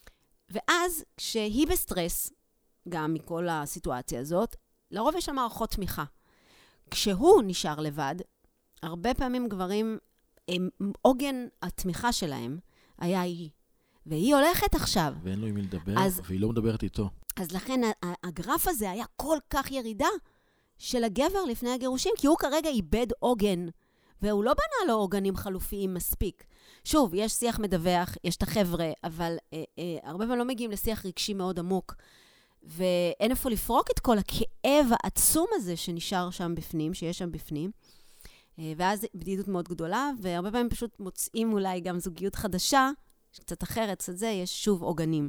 ואז, כשהיא בסטרס, גם מכל הסיטואציה הזאת, לרוב יש שם מערכות תמיכה. כשהוא נשאר לבד, הרבה פעמים גברים, הם, עוגן התמיכה שלהם היה היא. והיא הולכת עכשיו. ואין לו עם מי לדבר, אז, והיא לא מדברת איתו. אז לכן הגרף הזה היה כל כך ירידה של הגבר לפני הגירושים, כי הוא כרגע איבד עוגן, והוא לא בנה לו עוגנים חלופיים מספיק. שוב, יש שיח מדווח, יש את החבר'ה, אבל אה, אה, הרבה פעמים לא מגיעים לשיח רגשי מאוד עמוק, ואין איפה לפרוק את כל הכאב העצום הזה שנשאר שם בפנים, שיש שם בפנים, אה, ואז בדידות מאוד גדולה, והרבה פעמים פשוט מוצאים אולי גם זוגיות חדשה, קצת אחרת, קצת זה, יש שוב עוגנים.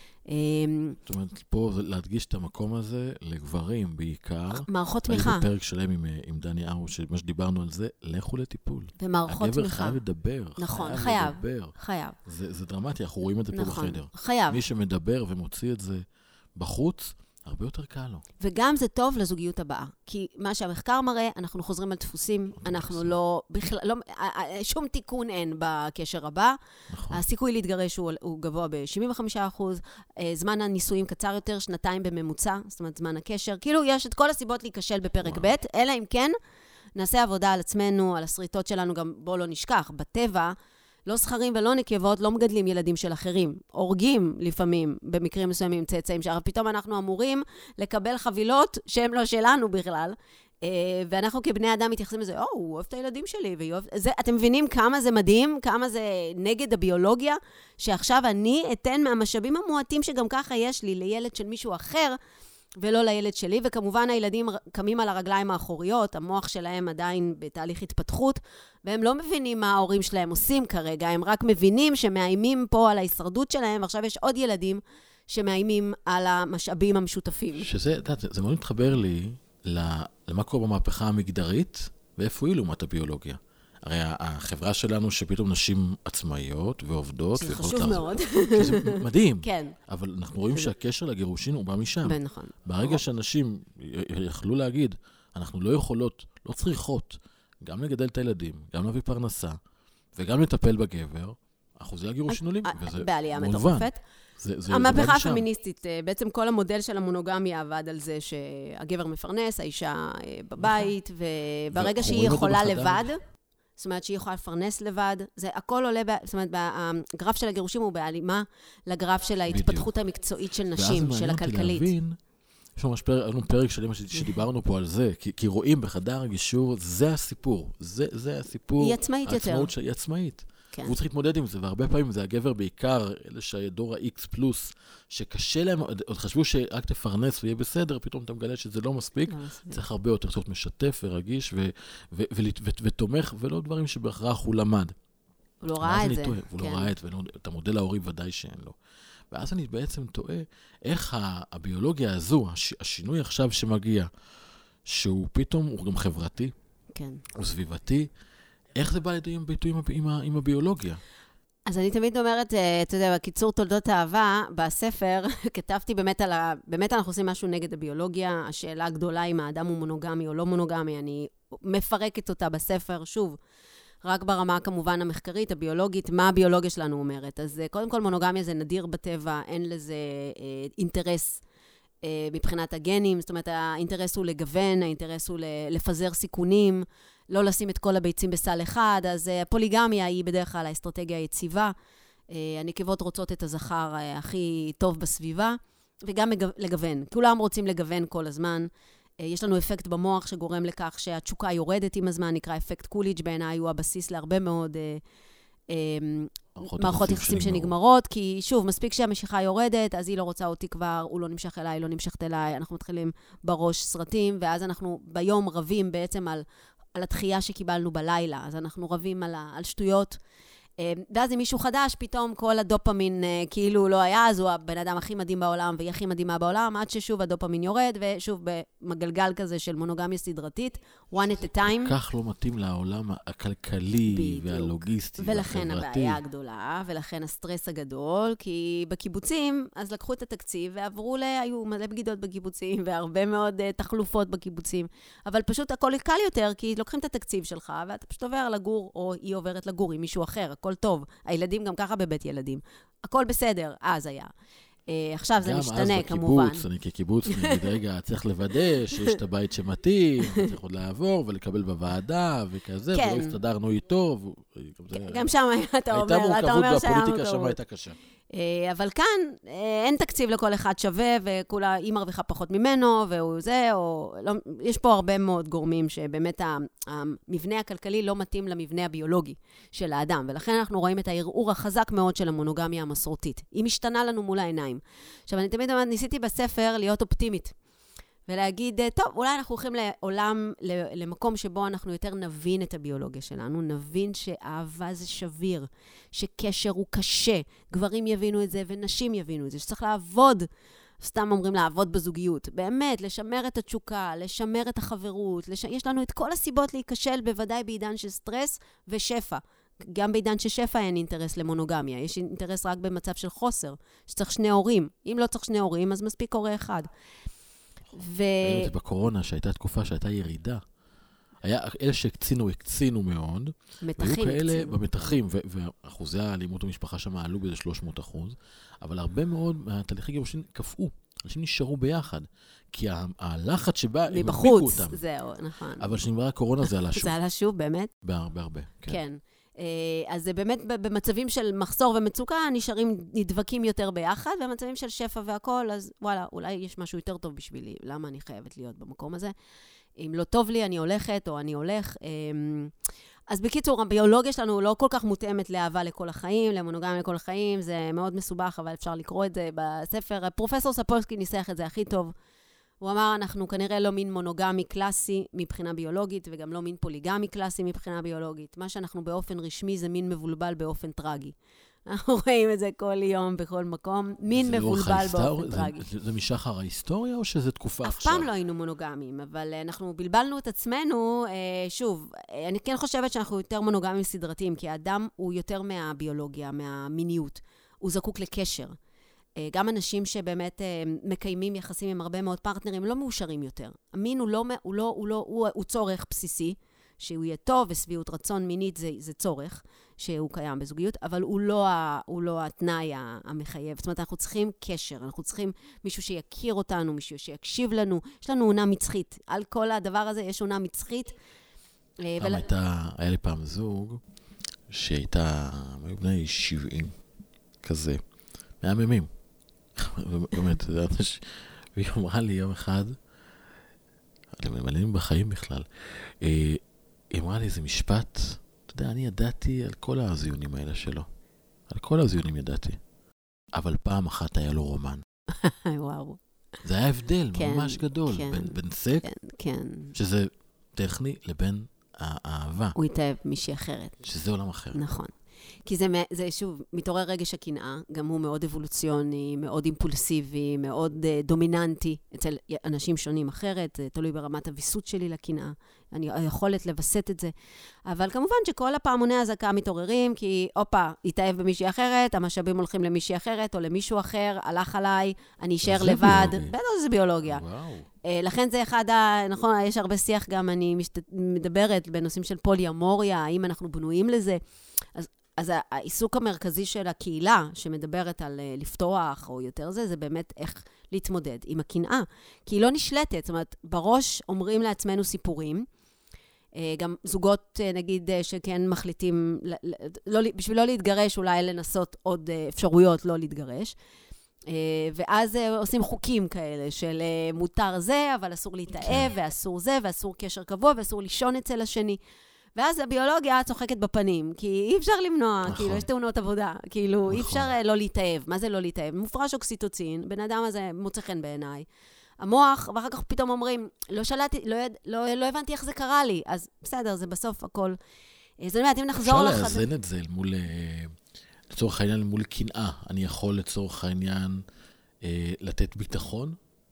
זאת אומרת, פה להדגיש את המקום הזה לגברים בעיקר. מערכות תמיכה. הייתי בפרק שלם עם, עם דני ארו, שמה שדיברנו על זה, לכו לטיפול. ומערכות תמיכה. הגבר חייב לדבר. נכון, חייב. חייב. לדבר. חייב. זה, זה דרמטי, אנחנו רואים את זה נכון, פה בחדר. חייב. מי שמדבר ומוציא את זה בחוץ, הרבה יותר קל לו. וגם זה טוב לזוגיות הבאה. כי מה שהמחקר מראה, אנחנו חוזרים על דפוסים, אנחנו לא, בכלל, לא, שום תיקון אין בקשר הבא. נכון. הסיכוי להתגרש הוא, הוא גבוה ב-שבעים וחמישה אחוז, זמן הנישואים קצר יותר, שנתיים בממוצע, זאת אומרת, זמן הקשר. כאילו, יש את כל הסיבות להיכשל בפרק ב', אלא אם כן, נעשה עבודה על עצמנו, על הסריטות שלנו, גם בוא לא נשכח, בטבע, לא זכרים ולא נקבות, לא מגדלים ילדים של אחרים. הורגים לפעמים, במקרים מסוימים, צאצאים, שהרי פתאום אנחנו אמורים לקבל חבילות שהן לא שלנו בכלל, ואנחנו כבני אדם מתייחסים לזה, או, הוא אוהב את הילדים שלי, ואוהב... זה, אתם מבינים כמה זה מדהים, כמה זה נגד הביולוגיה, שעכשיו אני אתן מהמשאבים המועטים שגם ככה יש לי לילד של מישהו אחר, ולא לילד שלי, וכמובן הילדים קמים על הרגליים האחוריות, המוח שלהם עדיין בתהליך התפתחות, והם לא מבינים מה ההורים שלהם עושים כרגע, הם רק מבינים שמאיימים פה על ההישרדות שלהם, ועכשיו יש עוד ילדים שמאיימים על המשאבים המשותפים. שזה, זה, זה מאוד מתחבר לי למה קורה במהפכה המגדרית, ואיפה היא לעומת הביולוגיה. הרי החברה שלנו שפתאום נשים עצמאיות ועובדות. שזה חשוב מאוד. שזה מדהים. כן. אבל אנחנו רואים שהקשר לגירושין הוא בא משם. נכון. ברגע שאנשים יכלו להגיד, אנחנו לא יכולות, לא צריכות, גם לגדל את הילדים, גם להביא פרנסה, וגם לטפל בגבר, אחוזי הגירושין עולים, וזה בעלייה מובן. מטורפת. המהפכה משם. הפמיניסטית, בעצם כל המודל של המונוגמיה עבד על זה שהגבר מפרנס, האישה בבית, וברגע שהיא יכולה לבד, זאת אומרת שהיא יכולה לפרנס לבד, זה הכל עולה, זאת אומרת, הגרף של הגירושים הוא בהלימה לגרף של ההתפתחות המקצועית של נשים, של הכלכלית. ואז מעניין אותי להבין, יש ממש פרק, פרק שלם שדיברנו פה על זה, כי, כי רואים בחדר הגישור, זה הסיפור, זה, זה הסיפור. היא עצמאית יותר. היא עצמאית. כן. והוא צריך להתמודד עם זה, והרבה פעמים זה הגבר בעיקר, אלה שהדור ה-X פלוס, שקשה להם, עוד חשבו שרק תפרנס ויהיה בסדר, פתאום אתה מגלה שזה לא מספיק, לא מספיק. צריך הרבה יותר, צריך להיות משתף ורגיש ו- ו- ו- ו- ותומך, ולא דברים שבהכרח הוא למד. הוא לא ראה את זה. טועה, הוא כן. לא ראה את, ולא, את המודל ההורי ודאי שאין לו. ואז אני בעצם טועה, איך הביולוגיה הזו, הש- השינוי עכשיו שמגיע, שהוא פתאום, הוא גם חברתי, כן. הוא סביבתי, איך זה בא לידי ביטוי עם, עם, עם הביולוגיה? אז אני תמיד אומרת, אתה יודע, בקיצור תולדות האהבה, בספר, כתבתי באמת על ה... באמת אנחנו עושים משהו נגד הביולוגיה, השאלה הגדולה אם האדם הוא מונוגמי או לא מונוגמי, אני מפרקת אותה בספר, שוב. רק ברמה כמובן המחקרית, הביולוגית, מה הביולוגיה שלנו אומרת. אז קודם כל מונוגמיה זה נדיר בטבע, אין לזה אה, אינטרס אה, מבחינת הגנים, זאת אומרת האינטרס הוא לגוון, האינטרס הוא לפזר סיכונים, לא לשים את כל הביצים בסל אחד, אז אה, הפוליגמיה היא בדרך כלל האסטרטגיה היציבה, אה, הנקבות רוצות את הזכר אה, הכי טוב בסביבה, וגם לגוון, כולם רוצים לגוון כל הזמן, יש לנו אפקט במוח שגורם לכך שהתשוקה יורדת עם הזמן, נקרא אפקט קוליג' בעיניי, הוא הבסיס להרבה מאוד אה, אה, מערכות יחסים שנגמרות, כי שוב, מספיק שהמשיכה יורדת, אז היא לא רוצה אותי כבר, הוא לא נמשך אליי, לא נמשכת אליי, אנחנו מתחילים בראש סרטים, ואז אנחנו ביום רבים בעצם על, על התחייה שקיבלנו בלילה, אז אנחנו רבים על, על שטויות, ואז אם מישהו חדש, פתאום כל הדופמין כאילו לא היה, אז הוא הבן אדם הכי מדהים בעולם, והיא הכי מדהימה בעולם, עד ששוב הדופמין יורד, ושוב במגלגל כזה של מונוגמיה סדרתית, one at a time. כך לא מתאים לעולם הכלכלי והלוגיסטי והחברתי. ולכן הבעיה הגדולה, ולכן הסטרס הגדול, כי בקיבוצים, אז לקחו את התקציב, ועברו ל... היו מלא בגידות בקיבוצים, והרבה מאוד uh, תחלופות בקיבוצים, אבל פשוט הכל קל יותר, כי לוקחים את התקציב שלך, ואתה פשוט עובר לגור, או היא עוברת לגור עם מישהו אחר, הכל טוב. הילדים גם ככה בבית ילדים. הכל בסדר, אז היה. Uh, עכשיו זה משתנה, כמובן. גם אז בקיבוץ, אני כקיבוץ, נגיד, רגע, צריך לוודא שיש את הבית שמתאים, צריך עוד לעבור ולקבל בוועדה וכזה, כן. ולא הסתדרנו איתו. ו... גם שם היה, אתה אומר, הייתה מורכבות והפוליטיקה שם הייתה קשה. אבל כאן אין תקציב לכל אחד שווה, וכולה היא מרוויחה פחות ממנו, והוא זה, או... לא, יש פה הרבה מאוד גורמים שבאמת המבנה הכלכלי לא מתאים למבנה הביולוגי של האדם, ולכן אנחנו רואים את הערעור החזק מאוד של המונוגמיה המסורתית. היא משתנה לנו מול העיניים. עכשיו, אני תמיד אומרת, ניסיתי בספר להיות אופטימית, ולהגיד, טוב, אולי אנחנו הולכים לעולם, למקום שבו אנחנו יותר נבין את הביולוגיה שלנו, נבין שאהבה זה שביר, שקשר הוא קשה, גברים יבינו את זה ונשים יבינו את זה, שצריך לעבוד, סתם אומרים לעבוד בזוגיות, באמת, לשמר את התשוקה, לשמר את החברות, לש... יש לנו את כל הסיבות להיכשל, בוודאי בעידן של סטרס ושפע. גם בעידן של שפע אין אינטרס למונוגמיה, יש אינטרס רק במצב של חוסר, שצריך שני הורים. אם לא צריך שני הורים, אז מספיק הורה אחד. ו... בקורונה, שהייתה תקופה שהייתה ירידה, היה אלה שהקצינו, הקצינו מאוד. מתחים והיו כאלה הקצינו. במתחים, ו- ואחוזי האלימות במשפחה שם עלו באיזה שלוש מאות אחוז, אבל הרבה מאוד מהתהליכי גירושין קפאו. אנשים נשארו ביחד, כי ה- הלחץ שבא, הם הדביקו מבחוץ, אותם. זהו, נכון. אבל כשנגמרה הקורונה זה עלה שוב. זה עלה שוב, באמת? בהרבה הרבה, כן. כן. אז זה באמת במצבים של מחסור ומצוקה, נשארים נדבקים יותר ביחד, ובמצבים של שפע והכל, אז וואלה, אולי יש משהו יותר טוב בשבילי, למה אני חייבת להיות במקום הזה? אם לא טוב לי, אני הולכת, או אני הולך. אז בקיצור, הביולוגיה שלנו לא כל כך מותאמת לאהבה לכל החיים, למונוגמיה לכל החיים, זה מאוד מסובך, אבל אפשר לקרוא את זה בספר. פרופסור ספולסקי ניסח את זה הכי טוב. הוא אמר, אנחנו כנראה לא מין מונוגמי קלאסי מבחינה ביולוגית, וגם לא מין פוליגמי קלאסי מבחינה ביולוגית. מה שאנחנו באופן רשמי זה מין מבולבל באופן טרגי. אנחנו רואים את זה כל יום, בכל מקום. מין מבולבל באופן טרגי. זה, זה משחר ההיסטוריה, או שזה תקופה אף עכשיו? פעם לא היינו מונוגמים, אבל אנחנו בלבלנו את עצמנו. שוב, אני כן חושבת שאנחנו יותר מונוגמים סדרתיים, כי האדם הוא יותר מהביולוגיה, מהמיניות. הוא זקוק לקשר. גם אנשים שבאמת מקיימים יחסים עם הרבה מאוד פרטנרים, לא מאושרים יותר. המין הוא, לא, הוא, לא, הוא, לא, הוא, הוא צורך בסיסי, שהוא יהיה טוב, וסביעות רצון מינית זה, זה צורך שהוא קיים בזוגיות, אבל הוא לא, הוא לא התנאי המחייב. זאת אומרת, אנחנו צריכים קשר, אנחנו צריכים מישהו שיכיר אותנו, מישהו שיקשיב לנו. יש לנו עונה מצחית. על כל הדבר הזה יש עונה מצחית. פעם ול... הייתה, היה לי פעם זוג, שהייתה, היו בני שבעים, כזה, מהממים. באמת, והיא אמרה לי יום אחד, למלאים בחיים בכלל, היא אמרה לי איזה משפט, אתה יודע, אני ידעתי על כל הזיונים האלה שלו. על כל הזיונים ידעתי. אבל פעם אחת היה לו רומן. וואו. זה היה הבדל כן, ממש גדול. כן, בין, בין סק, כן, כן. שזה טכני, לבין האהבה. הוא התאהב מישהי אחרת. שזה עולם אחר. נכון. כי זה, זה שוב, מתעורר רגש הקנאה, גם הוא מאוד אבולוציוני, מאוד אימפולסיבי, מאוד uh, דומיננטי, אצל אנשים שונים אחרת, זה תלוי ברמת הוויסות שלי לקנאה, אני היכולת לבסט את זה. אבל כמובן שכל הפעמוני הזעקה מתעוררים, כי הופה, להתאהב במישהי אחרת, המשאבים הולכים למישהי אחרת, או למישהו אחר, הלך עליי, אני אשאר לבד. בטח זה ביולוגיה. וואו. לכן זה אחד ה... נכון, יש הרבה שיח גם, אני משת... מדברת בנושאים של פוליאמוריה, האם אנחנו בנויים לזה. אז, אז העיסוק המרכזי של הקהילה, שמדברת על לפתוח או יותר זה, זה באמת איך להתמודד עם הקנאה. כי היא לא נשלטת, זאת אומרת, בראש אומרים לעצמנו סיפורים, גם זוגות, נגיד, שכן מחליטים, לא, בשביל לא להתגרש, אולי לנסות עוד אפשרויות לא להתגרש, ואז עושים חוקים כאלה של מותר זה, אבל אסור להתאהב, ואסור זה, ואסור קשר קבוע, ואסור לישון אצל השני. ואז הביולוגיה צוחקת בפנים, כי אי אפשר למנוע, נכון. כאילו, יש תאונות עבודה, כאילו, נכון. אי אפשר לא להתאהב. מה זה לא להתאהב? מופרש אוקסיטוצין, בן אדם הזה מוצא חן בעיניי. המוח, ואחר כך פתאום אומרים, לא שלטתי, לא, לא, לא הבנתי איך זה קרה לי, אז בסדר, זה בסוף הכל. זאת אומרת, אם נחזור לך... אפשר לאזן את זה מול... לצורך העניין מול קנאה, אני יכול לצורך העניין אה, לתת ביטחון.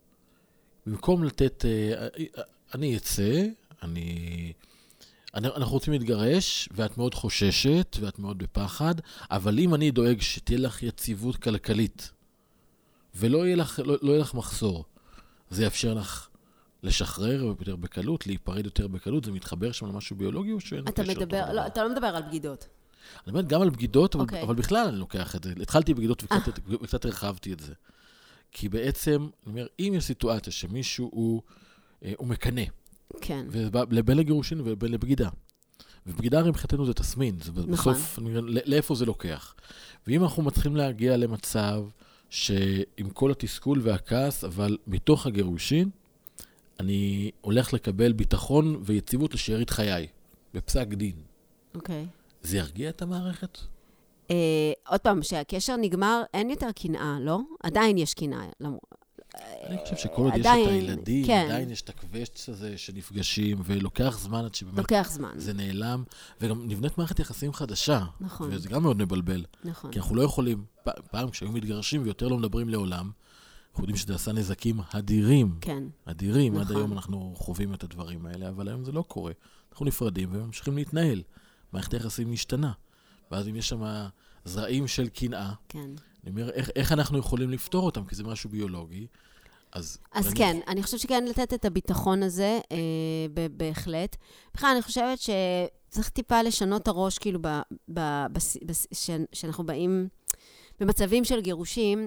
במקום לתת, אה, אני אצא, אני, אנחנו רוצים להתגרש, ואת מאוד חוששת, ואת מאוד בפחד, אבל אם אני דואג שתהיה לך יציבות כלכלית, ולא יהיה לך, לא, לא יהיה לך מחסור, זה יאפשר לך לשחרר יותר בקלות, להיפרד יותר בקלות, זה מתחבר שם למשהו ביולוגי או שאין אתה מדבר, לא, אתה לא מדבר על בגידות. אני אומרת גם על בגידות, אבל, okay. אבל בכלל אני לוקח את זה. התחלתי בגידות וקצת, וקצת הרחבתי את זה. כי בעצם, אני אומר, אם יש סיטואציה שמישהו הוא, הוא מקנה, כן. לבין לגירושין ובין לבגידה. ובגידה הרי מבחינתנו זה תסמין, זה נכון. בסוף, אני אומר, לאיפה זה לוקח. ואם אנחנו מתחילים להגיע למצב שעם כל התסכול והכעס, אבל מתוך הגירושין, אני הולך לקבל ביטחון ויציבות לשארית חיי, בפסק דין. אוקיי. Okay. זה ירגיע את המערכת? אה, עוד פעם, שהקשר נגמר, אין יותר קנאה, לא? עדיין יש קנאה. אני חושב שכל עוד יש את הילדים, עדיין יש את הקוושט הזה שנפגשים, ולוקח זמן עד שבאמת זה נעלם, וגם נבנית מערכת יחסים חדשה, וזה גם מאוד מבלבל. כי אנחנו לא יכולים, פעם כשהיו מתגרשים ויותר לא מדברים לעולם, אנחנו יודעים שזה עשה נזקים אדירים, אדירים, עד היום אנחנו חווים את הדברים האלה, אבל היום זה לא קורה. אנחנו נפרדים וממשיכים להתנהל. מערכת היחסים משתנה. ואז אם יש שם זרעים של קנאה, כן. אני אומר, איך, איך אנחנו יכולים לפתור אותם? כי זה משהו ביולוגי. אז, אז אני... כן, אני חושבת שכן לתת את הביטחון הזה, אה, ב- בהחלט. בכלל, אני חושבת שצריך טיפה לשנות את הראש, כאילו, ב- ב- ב- ב- ש- שאנחנו באים במצבים של גירושים,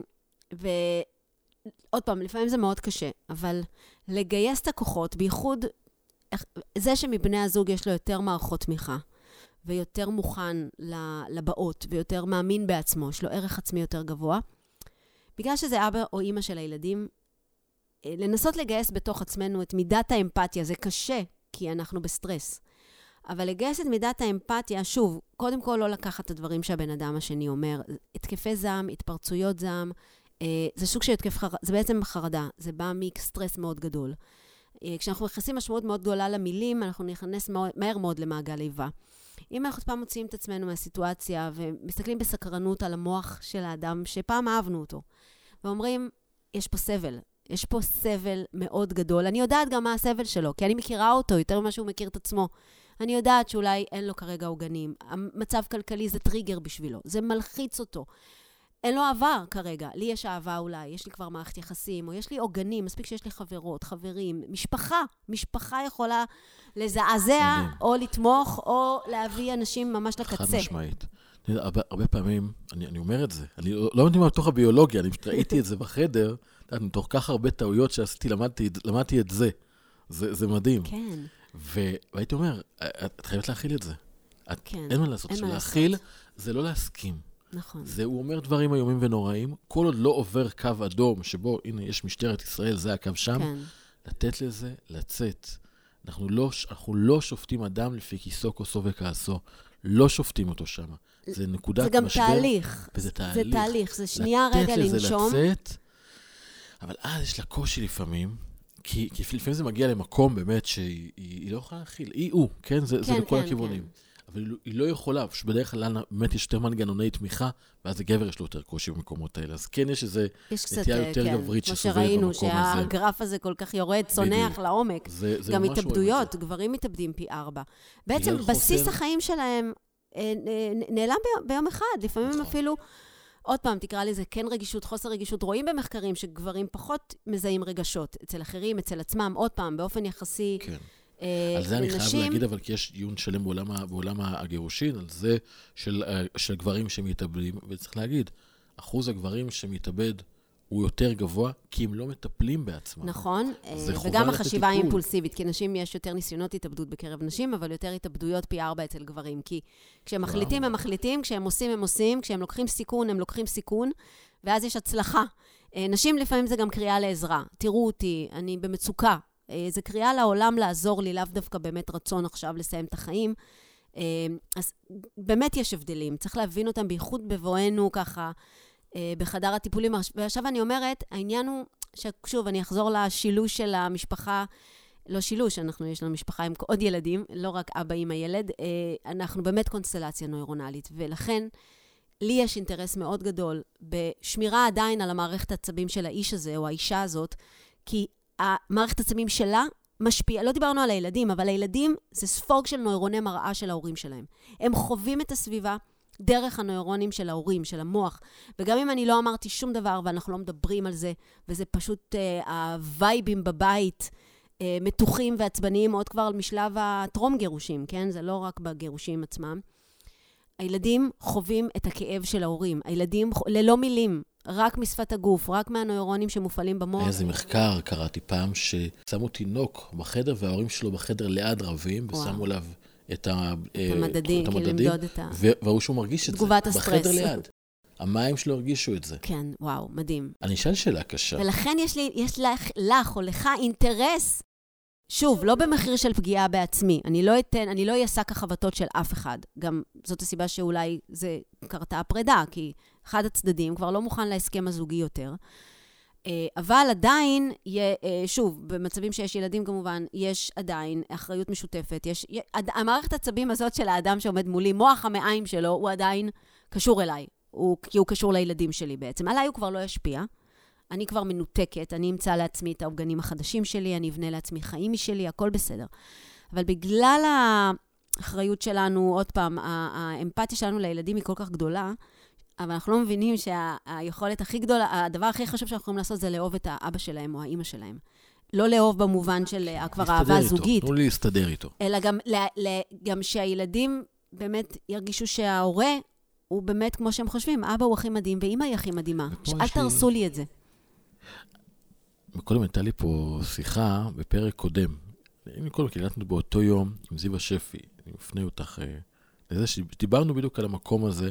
ועוד פעם, לפעמים זה מאוד קשה, אבל לגייס את הכוחות, בייחוד זה שמבני הזוג יש לו יותר מערכות תמיכה, ויותר מוכן לבאות, ויותר מאמין בעצמו, יש לו ערך עצמי יותר גבוה. בגלל שזה אבא או אמא של הילדים, לנסות לגייס בתוך עצמנו את מידת האמפתיה, זה קשה, כי אנחנו בסטרס. אבל לגייס את מידת האמפתיה, שוב, קודם כל לא לקחת את הדברים שהבן אדם השני אומר, התקפי זעם, התפרצויות זעם, זה סוג של התקף חרדה, זה בעצם חרדה, זה בא מסטרס מאוד גדול. כשאנחנו נכנסים משמעות מאוד גדולה למילים, אנחנו נכנס מהר מאוד למעגל איבה. אם אנחנו פעם מוציאים את עצמנו מהסיטואציה, ומסתכלים בסקרנות על המוח של האדם, שפעם אהבנו אותו, ואומרים, יש פה סבל, יש פה סבל מאוד גדול, אני יודעת גם מה הסבל שלו, כי אני מכירה אותו יותר ממה שהוא מכיר את עצמו. אני יודעת שאולי אין לו כרגע עוגנים, המצב כלכלי זה טריגר בשבילו, זה מלחיץ אותו. אין לו עבר כרגע, לי יש אהבה אולי, יש לי כבר מערכת יחסים, או יש לי עוגנים, מספיק שיש לי חברות, חברים, משפחה, משפחה יכולה לזעזע, או לתמוך, או להביא אנשים ממש לקצה. חד משמעית. הרבה, הרבה פעמים, אני, אני אומר את זה, אני לא, לא יודעת מה בתוך הביולוגיה, אני ראיתי את זה בחדר, מתוך כך הרבה טעויות שעשיתי, למדתי, למדתי את זה. זה, זה מדהים. כן. ו, והייתי אומר, את, את חייבת להכיל את זה. את, כן. אין מה לעשות, שלהכיל זה לא להסכים. נכון. זה, הוא אומר דברים איומים ונוראים, כל עוד לא עובר קו אדום, שבו, הנה, יש משטרת ישראל, זה הקו שם, כן. לתת לזה, לצאת. אנחנו לא, אנחנו לא שופטים אדם לפי כיסו, כוסו וכעסו. לא שופטים אותו שם. זה נקודת זה גם משבר. תהליך. וזה תהליך. זה תהליך, זה שנייה רגע לנשום. לתת לזה לצאת, אבל אז יש לה קושי לפעמים, כי, כי לפעמים זה מגיע למקום באמת שהיא היא, היא לא יכולה להכיל. היא הוא, כן? זה, כן, זה לכל כן, הכיוונים. כן. אבל היא לא יכולה, שבדרך כלל באמת יש יותר מנגנוני תמיכה, ואז הגבר יש לו יותר קושי במקומות האלה. אז כן יש איזה נטייה יותר כן, גברית שסובב במקום הזה. כמו שראינו, שהגרף הזה כל כך יורד, צונח לעומק. זה, זה גם התאבדויות, גברים מתאבדים פי ארבע. בעצם בסיס חוסר... החיים שלהם נעלם ביום אחד. לפעמים הם אפילו, עוד פעם, תקרא לזה כן רגישות, חוסר רגישות. רואים במחקרים שגברים פחות מזהים רגשות, אצל אחרים, אצל עצמם, עוד פעם, באופן יחסי. כן. על זה אני חייב להגיד, אבל כי יש דיון שלם בעולם הגירושין, על זה של גברים שמתאבדים, וצריך להגיד, אחוז הגברים שמתאבד הוא יותר גבוה, כי הם לא מטפלים בעצמם. נכון, וגם החשיבה האימפולסיבית, כי נשים יש יותר ניסיונות התאבדות בקרב נשים, אבל יותר התאבדויות פי ארבע אצל גברים, כי כשהם מחליטים, הם מחליטים, כשהם עושים, הם עושים, כשהם לוקחים סיכון, הם לוקחים סיכון, ואז יש הצלחה. נשים לפעמים זה גם קריאה לעזרה. תראו אותי, אני במצוקה. זה קריאה לעולם לעזור לי, לאו דווקא באמת רצון עכשיו לסיים את החיים. אז באמת יש הבדלים, צריך להבין אותם בייחוד בבואנו ככה, בחדר הטיפולים. ועכשיו אני אומרת, העניין הוא, ששוב, אני אחזור לשילוש של המשפחה, לא שילוש, אנחנו יש לנו משפחה עם עוד ילדים, לא רק אבא עם הילד, אנחנו באמת קונסטלציה נוירונלית, ולכן לי יש אינטרס מאוד גדול בשמירה עדיין על המערכת העצבים של האיש הזה, או האישה הזאת, כי המערכת העצבים שלה משפיעה, לא דיברנו על הילדים, אבל הילדים זה ספוג של נוירוני מראה של ההורים שלהם. הם חווים את הסביבה דרך הנוירונים של ההורים, של המוח. וגם אם אני לא אמרתי שום דבר, ואנחנו לא מדברים על זה, וזה פשוט uh, הווייבים בבית, uh, מתוחים ועצבניים, עוד כבר משלב הטרום גירושים, כן? זה לא רק בגירושים עצמם. הילדים חווים את הכאב של ההורים. הילדים ללא מילים, רק משפת הגוף, רק מהנוירונים שמופעלים במוח. איזה מחקר קראתי פעם ששמו תינוק בחדר, וההורים שלו בחדר ליד רבים, ושמו עליו את המדדים, כי למדוד את ה... והוא שהוא מרגיש את זה. תגובת הסטרס. בחדר ליד. המים שלו הרגישו את זה. כן, וואו, מדהים. אני אשאל שאלה קשה. ולכן יש לי, יש לך, לך או לך אינטרס, שוב, לא במחיר של פגיעה בעצמי. אני לא אתן, אני לא אעסק החבטות של אף אחד. גם זאת הסיבה שאולי זה קרתה הפרידה, כי אחד הצדדים כבר לא מוכן להסכם הזוגי יותר. אבל עדיין, שוב, במצבים שיש ילדים כמובן, יש עדיין אחריות משותפת. יש, המערכת עצבים הזאת של האדם שעומד מולי, מוח המעיים שלו, הוא עדיין קשור אליי. הוא, כי הוא קשור לילדים שלי בעצם. עליי הוא כבר לא ישפיע. אני כבר מנותקת, אני אמצא לעצמי את העוגנים החדשים שלי, אני אבנה לעצמי חיים משלי, הכל בסדר. אבל בגלל האחריות שלנו, עוד פעם, האמפתיה שלנו לילדים היא כל כך גדולה, אבל אנחנו לא מבינים שהיכולת הכי גדולה, הדבר הכי חשוב שאנחנו יכולים לעשות זה לאהוב את האבא שלהם או האמא שלהם. לא לאהוב במובן של כבר אהבה זוגית. תנו לי להסתדר איתו. אלא גם, גם שהילדים באמת ירגישו שההורה הוא באמת כמו שהם חושבים, אבא הוא הכי מדהים ואמא היא הכי מדהימה. אל תרסו לי את זה. קודם הייתה לי פה שיחה בפרק קודם. אני קודם קלטנו באותו יום עם זיווה שפי. אני מפנה אותך לזה שדיברנו בדיוק על המקום הזה.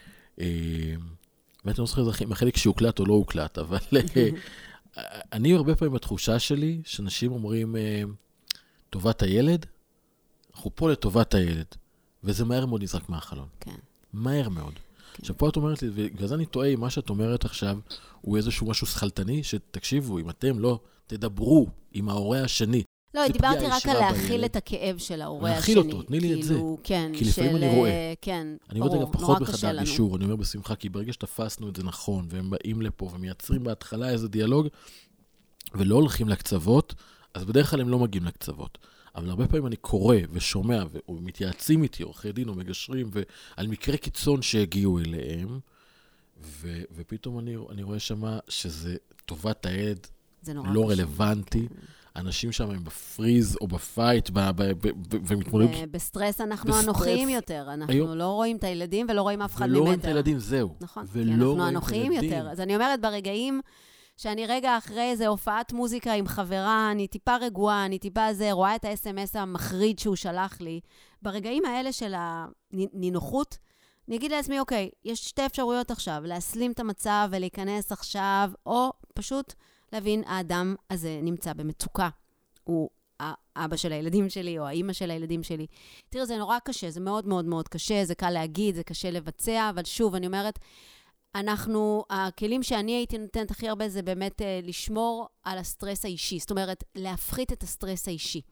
באמת אני לא זוכר אם החלק שהוקלט או לא הוקלט, אבל אני הרבה פעמים בתחושה שלי שאנשים אומרים טובת הילד, אנחנו פה לטובת הילד, וזה מהר מאוד נזרק מהחלון. כן. מהר מאוד. עכשיו פה את אומרת לי, ובגלל זה אני טועה, מה שאת אומרת עכשיו, הוא איזשהו משהו שחלטני, שתקשיבו, אם אתם לא תדברו עם ההורה השני, לא, דיברתי רק על להכיל את הכאב של ההורה השני. להכיל אותו, תני לי את זה. כי לפעמים אני רואה. כן, אני רואה את זה גם פחות בחדר גישור, אני אומר בשמחה, כי ברגע שתפסנו את זה נכון, והם באים לפה ומייצרים בהתחלה איזה דיאלוג, ולא הולכים לקצוות, אז בדרך כלל הם לא מגיעים לקצוות. אבל הרבה פעמים אני קורא ושומע, ומתייעצים איתי, עורכי דין או מגשרים, ועל מקרה קיצון שהגיעו אליהם, ו, ופתאום אני, אני רואה שמה שזה טובת הילד לא רלוונטי. אנשים שם הם בפריז או בפייט, ומתמודדים... בסטרס אנחנו אנוכיים יותר. אנחנו לא רואים את הילדים ולא רואים אף אחד ממטר. ולא רואים את הילדים, זהו. נכון, כי אנחנו אנוכיים יותר. אז אני אומרת, ברגעים שאני רגע אחרי איזו הופעת מוזיקה עם חברה, אני טיפה רגועה, אני טיפה זה, רואה את ה-אס אם אס המחריד שהוא שלח לי, ברגעים האלה של הנינוחות, אני אגיד לעצמי, אוקיי, יש שתי אפשרויות עכשיו, להסלים את המצב ולהיכנס עכשיו, או פשוט להבין, האדם הזה נמצא במצוקה. הוא האבא של הילדים שלי, או האמא של הילדים שלי. תראו, זה נורא קשה, זה מאוד מאוד מאוד קשה, זה קל להגיד, זה קשה לבצע, אבל שוב, אני אומרת, אנחנו, הכלים שאני הייתי נותנת הכי הרבה, זה באמת לשמור על הסטרס האישי. זאת אומרת, להפחית את הסטרס האישי.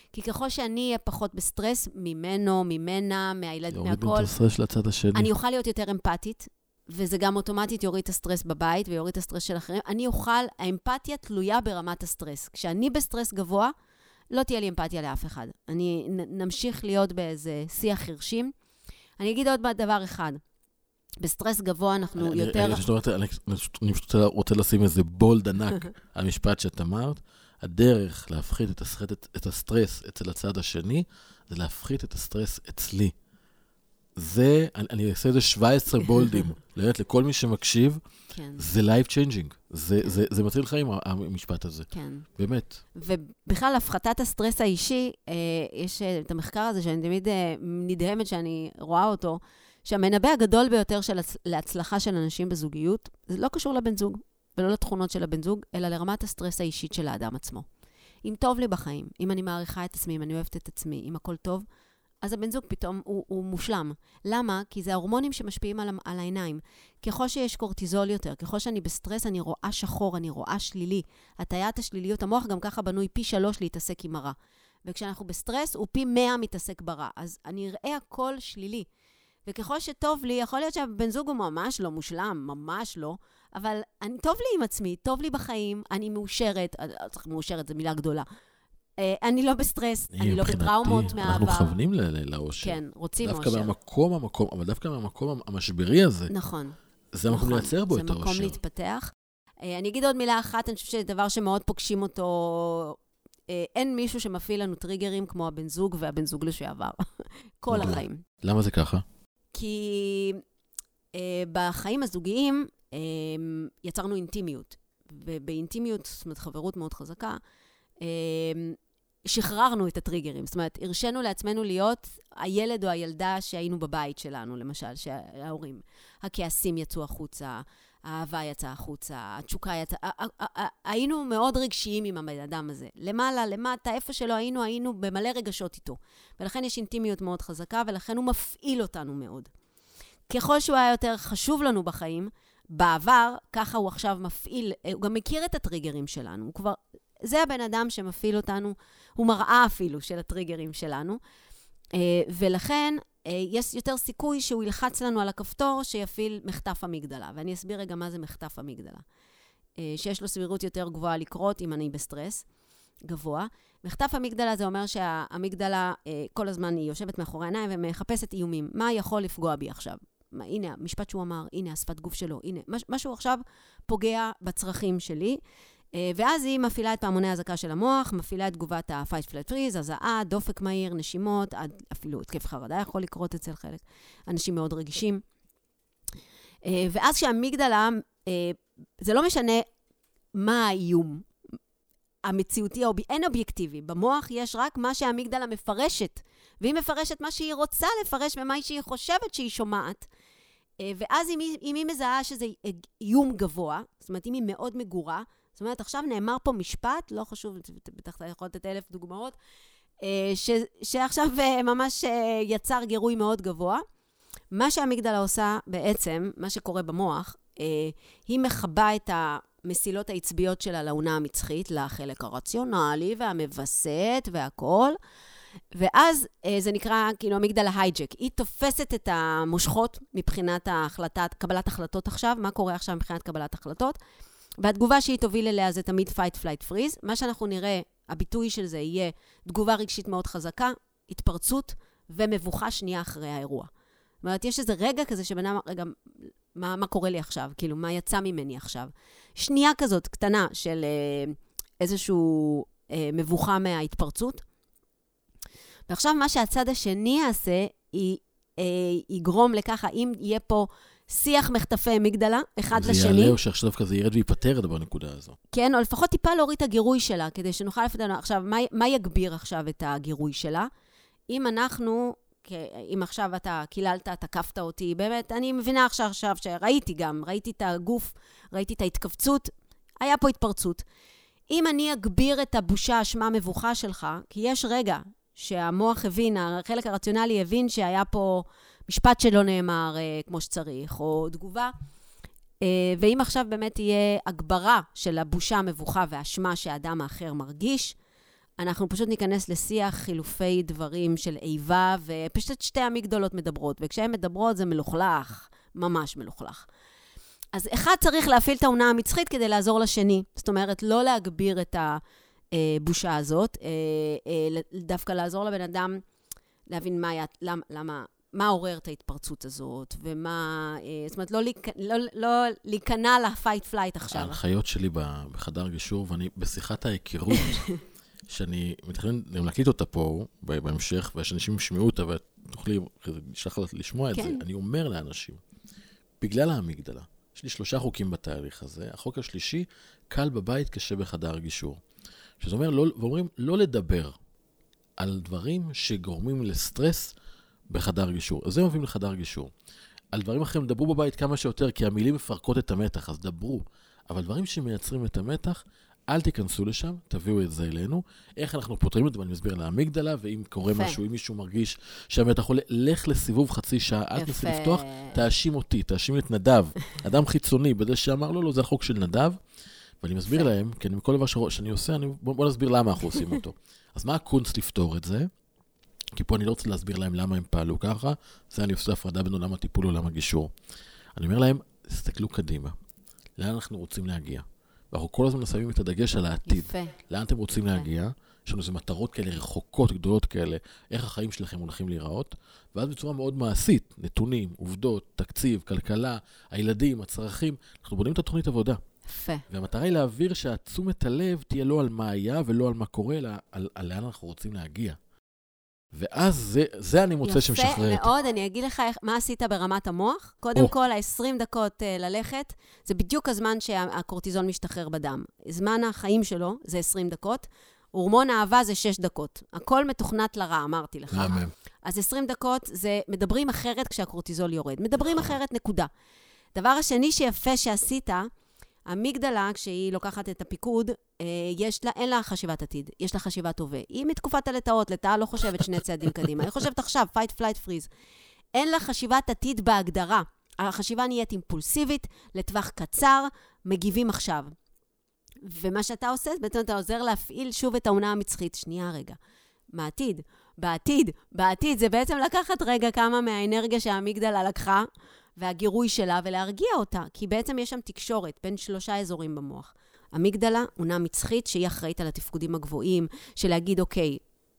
כי ככל שאני אהיה פחות בסטרס, ממנו, ממנה, מהילד, מהכל, יוריד את הסטרס לצד השני. אני אוכל להיות יותר אמפתית, וזה גם אוטומטית יוריד את הסטרס בבית, ויוריד את הסטרס של אחרים. אני אוכל, האמפתיה תלויה ברמת הסטרס. כשאני בסטרס גבוה, לא תהיה לי אמפתיה לאף אחד. אני נמשיך להיות באיזה שיח חרשים. אני אגיד עוד דבר אחד. בסטרס גבוה אנחנו אני, יותר... אני, אני, אני פשוט רוצה לשים איזה בולד ענק על משפט שאת אמרת. הדרך להפחית את הסטרס, את הסטרס אצל הצד השני, זה להפחית את הסטרס אצלי. זה, אני, אני אעשה איזה שבע עשרה בולדים, באמת, לכל מי שמקשיב, כן. זה life changing. זה, כן. זה, זה מציל חיים, המשפט הזה. כן. באמת. ובכלל, הפחתת הסטרס האישי, אה, יש את המחקר הזה שאני תמיד אה, נדהמת שאני רואה אותו, שהמנבא הגדול ביותר של להצלחה של אנשים בזוגיות, זה לא קשור לבן זוג, ולא לתכונות של הבן זוג, אלא לרמת הסטרס האישית של האדם עצמו. אם טוב לי בחיים, אם אני מעריכה את עצמי, אם אני אוהבת את עצמי, אם הכל טוב, אז הבן זוג פתאום הוא, הוא מושלם. למה? כי זה ההורמונים שמשפיעים על, על העיניים. ככל שיש קורטיזול יותר, ככל שאני בסטרס, אני רואה שחור, אני רואה שלילי. הטיית השליליות, המוח גם ככה בנוי פי שלוש להתעסק עם הרע. וכשאנחנו בסטרס, הוא פי מאה מתעסק ברע. אז אני אראה הכל שלילי. וככל שטוב לי, יכול להיות שהבן זוג הוא ממש לא מושלם, ממש לא, אבל אני, טוב לי עם עצמי, טוב לי בחיים, אני מאושרת, צריך מאושרת, זו מילה גדולה. אני לא בסטרס, אני לא בטראומות מהעבר. אנחנו מכוונים לאושר. כן, רוצים אושר. דווקא מהמקום, המקום, אבל דווקא מהמקום המשברי הזה. נכון. זה המקום לייצר בו את האושר. זה מקום להתפתח. אני אגיד עוד מילה אחת, אני חושבת שזה דבר שמאוד פוגשים אותו, אין מישהו שמפעיל לנו טריגרים כמו הבן זוג והבן זוג לשעבר. כל החיים. למה זה ככה? כי בחיים הזוגיים יצרנו אינטימיות, ובאינטימיות, זאת אומרת, חברות מאוד חזקה, שחררנו את הטריגרים, זאת אומרת, הרשנו לעצמנו להיות הילד או הילדה שהיינו בבית שלנו, למשל, שההורים, הכעסים יצאו החוצה, האהבה יצאה החוצה, התשוקה יצאה, היינו מאוד רגשיים עם הבן אדם הזה. למעלה, למטה, איפה שלא היינו, היינו במלא רגשות איתו. ולכן יש אינטימיות מאוד חזקה, ולכן הוא מפעיל אותנו מאוד. ככל שהוא היה יותר חשוב לנו בחיים, בעבר, ככה הוא עכשיו מפעיל, הוא גם מכיר את הטריגרים שלנו, הוא כבר... זה הבן אדם שמפעיל אותנו, הוא מראה אפילו של הטריגרים שלנו, ולכן יש יותר סיכוי שהוא ילחץ לנו על הכפתור שיפעיל מחטף המגדלה, ואני אסביר רגע מה זה מחטף המגדלה, שיש לו סבירות יותר גבוהה לקרות אם אני בסטרס גבוה. מחטף המגדלה זה אומר שהמגדלה כל הזמן היא יושבת מאחורי העיניים ומחפשת איומים, מה יכול לפגוע בי עכשיו? מה, הנה, המשפט שהוא אמר, הנה, השפת גוף שלו, הנה, משהו עכשיו פוגע בצרכים שלי, ואז היא מפעילה את פעמוני ההזקה של המוח, מפעילה את תגובת ה-fight flight freeze, הזעה, דופק מהיר, נשימות, אפילו התקף חרדה יכול לקרות אצל חלק, אנשים מאוד רגישים. ואז כשהמגדלה, זה לא משנה מה האיום המציאותי, אין אובייקטיבי, במוח יש רק מה שהמגדלה מפרשת, והיא מפרשת מה שהיא רוצה לפרש ומה שהיא חושבת שהיא שומעת, ואז אם היא, אם היא מזהה שזה איום גבוה, זאת אומרת, אם היא מאוד מגורה, זאת אומרת, עכשיו נאמר פה משפט, לא חשוב, בטח אתה יכול לתת אלף דוגמאות, ש, שעכשיו ממש יצר גירוי מאוד גבוה. מה שהמגדלה עושה בעצם, מה שקורה במוח, היא מחבה את המסילות העצביות שלה לאונה המצחית, לחלק הרציונלי והמבסט והכל, ואז זה נקרא כאילו המגדלה הייג'ק. היא תופסת את המושכות מבחינת ההחלטת, קבלת החלטות עכשיו, מה קורה עכשיו מבחינת קבלת החלטות, והתגובה שהיא תוביל אליה זה תמיד fight flight freeze. מה שאנחנו נראה, הביטוי של זה יהיה תגובה רגשית מאוד חזקה, התפרצות ומבוכה שנייה אחרי האירוע. זאת אומרת, יש איזה רגע כזה שבנה, רגע, מה, מה קורה לי עכשיו? כאילו, מה יצא ממני עכשיו? שנייה כזאת קטנה של אה, איזשהו אה, מבוכה מההתפרצות. ועכשיו מה שהצד השני יעשה, היא, אה, יגרום לככה, אם יהיה פה שיח מחטפי מגדלה, אחד זה לשני. זה יעלה או שעכשיו כזה ירד ויפטר בנקודה הזו. כן, או לפחות טיפה להוריד את הגירוי שלה, כדי שנוכל לפתר. עכשיו, מה, מה יגביר עכשיו את הגירוי שלה? אם אנחנו, אם עכשיו אתה קיללת, תקפת אותי, באמת, אני מבינה עכשיו, עכשיו שראיתי גם, ראיתי את הגוף, ראיתי את ההתכווצות, היה פה התפרצות. אם אני אגביר את הבושה, השמה, מבוכה שלך, כי יש רגע שהמוח הבין, החלק הרציונלי הבין שהיה פה משפט שלא נאמר אה, כמו שצריך, או תגובה, אה, ואם עכשיו באמת תהיה הגברה של הבושה, מבוכה והאשמה שהאדם האחר מרגיש, אנחנו פשוט ניכנס לשיח חילופי דברים של איבה, ופשוט שתי המגדלות מדברות, וכשהן מדברות זה מלוכלך, ממש מלוכלך. אז אחד צריך להפעיל את העונה המצחית כדי לעזור לשני. זאת אומרת, לא להגביר את הבושה הזאת, דווקא לעזור לבן אדם להבין מה, למה, למה, מה עורר את ההתפרצות הזאת, ומה, זאת אומרת, לא, לא, לא להיכנע לפייט פלייט עכשיו. ההנחיות שלי בחדר גישור, ואני בשיחת ההיכרות, שאני מתכנן להקליט אותה פה בהמשך, ושאנשים ישמעו אותה, ותוכלי לשמוע את זה, אני אומר לאנשים, בגלל המגדלה, יש לי שלושה חוקים בתהליך הזה. החוק השלישי, קל בבית, קשה בחדר גישור. שזה אומר, לא, ואומרים, לא לדבר על דברים שגורמים לסטרס בחדר גישור. אז זה מביאים לחדר גישור. על דברים אחרים, דברו בבית כמה שיותר, כי המילים מפרקות את המתח, אז דברו. אבל דברים שמייצרים את המתח, אל תיכנסו לשם, תביאו את זה אלינו. איך אנחנו פותרים את זה, ואני מסביר לאמיגדלה, ואם קורה משהו, אם מישהו מרגיש שהמתח עולה, לך לסיבוב חצי שעה, אל תנסי לפתוח, תאשים אותי, תאשים את נדב, אדם חיצוני, בזה שאמר, לא, לא, זה החוק של נדב, ואני מסביר להם, כי בכל דבר שאני עושה, בוא נסביר למה אנחנו עושים אותו. אז מה הקונץ לפתור את זה? כי פה אני לא רוצה להסביר להם למה הם פעלו ככה, זה אני עושה הפרדה בין עולם הטיפול לעולם הגישור. אני אומר להם, תסתכלו קדימה, לאן אנחנו רוצים להגיע? ואנחנו כל הזמן נסיימים את הדגש על העתיד. יפה. לאן אתם רוצים יפה. להגיע? יש לנו איזה מטרות כאלה רחוקות, גדולות כאלה, איך החיים שלכם הולכים להיראות, ואז בצורה מאוד מעשית, נתונים, עובדות, תקציב, כלכלה, הילדים, הצרכים, אנחנו בונים את התוכנית עבודה. יפה. והמטרה היא להעביר שהתשומת הלב תהיה לא על מה היה ולא על מה קורה, אלא על, על לאן אנחנו רוצים להגיע. ואז זה, זה אני מוצא שמשחררת. יפה מאוד, אני אגיד לך מה עשית ברמת המוח. קודם oh. כל, ה-עשרים דקות uh, ללכת, זה בדיוק הזמן שהקורטיזון משתחרר בדם. זמן החיים שלו זה עשרים דקות, הורמון האהבה זה שש דקות. הכל מתוכנת לרע, אמרתי לך. אמן. אז עשרים דקות זה מדברים אחרת כשהקורטיזול יורד. מדברים אחרת, נקודה. דבר השני שיפה שעשית, המגדלה, כשהיא לוקחת את הפיקוד, יש לה, אין לה חשיבת עתיד, יש לה חשיבת הווה. היא מתקופת הלטאות, לטאה לא חושבת שני צעדים קדימה, היא חושבת עכשיו, fight, flight, freeze. אין לה חשיבת עתיד בהגדרה. החשיבה נהיית אימפולסיבית, לטווח קצר, מגיבים עכשיו. ומה שאתה עושה, בעצם אתה עוזר להפעיל שוב את העונה המצחית. שנייה רגע, מה עתיד? בעתיד, בעתיד, זה בעצם לקחת רגע כמה מהאנרגיה שהמגדלה לקחה, והגירוי שלה, ולהרגיע אותה, כי בעצם יש שם תקשורת בין שלושה אזורים במוח. המגדלה, עונה מצחית, שהיא אחראית על התפקודים הגבוהים, של להגיד, אוקיי,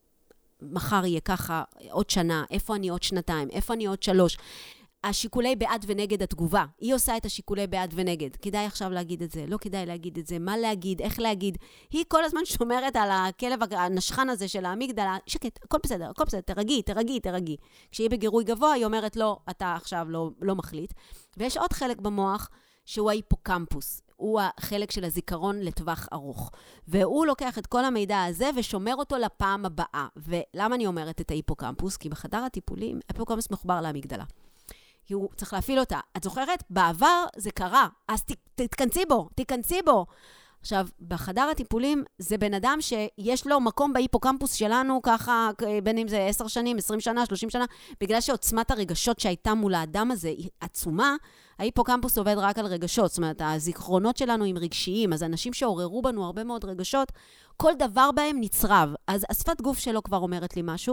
מחר יהיה ככה, עוד שנה, איפה אני עוד שנתיים, איפה אני עוד שלוש. השיקולי בעד ונגד התגובה, היא עושה את השיקולי בעד ונגד. כדאי עכשיו להגיד את זה, לא כדאי להגיד את זה, מה להגיד, איך להגיד. היא כל הזמן שומרת על הכלב הנשכן הזה של המגדלה, שקט, הכל בסדר, הכל בסדר, תרגי, תרגי, תרגי. כשהיא בגירוי גבוה, היא אומרת, לא, אתה עכשיו לא, לא מחליט. ויש עוד חלק במוח, שהוא ההיפוקמפוס. הוא החלק של הזיכרון לטווח ארוך. והוא לוקח את כל המידע הזה ושומר אותו לפעם הבאה. ולמה אני אומרת את ההיפוקמפוס? כי בחדר הטיפולים, ההיפוקמפוס מחובר למגדלה. כי הוא צריך להפעיל אותה. את זוכרת? בעבר זה קרה, אז ת, תתכנסי בו, תתכנסי בו. עכשיו, בחדר הטיפולים זה בן אדם שיש לו מקום בהיפוקמפוס שלנו, ככה, בין אם זה עשר שנים, עשרים שנה, שלושים שנה, בגלל שעוצמת הרגשות שהייתה מול האדם הזה היא עצומה, ההיפוקמפוס עובד רק על רגשות, זאת אומרת, הזיכרונות שלנו הם רגשיים, אז אנשים שעוררו בנו הרבה מאוד רגשות, כל דבר בהם נצרב. אז השפת גוף שלו כבר אומרת לי משהו,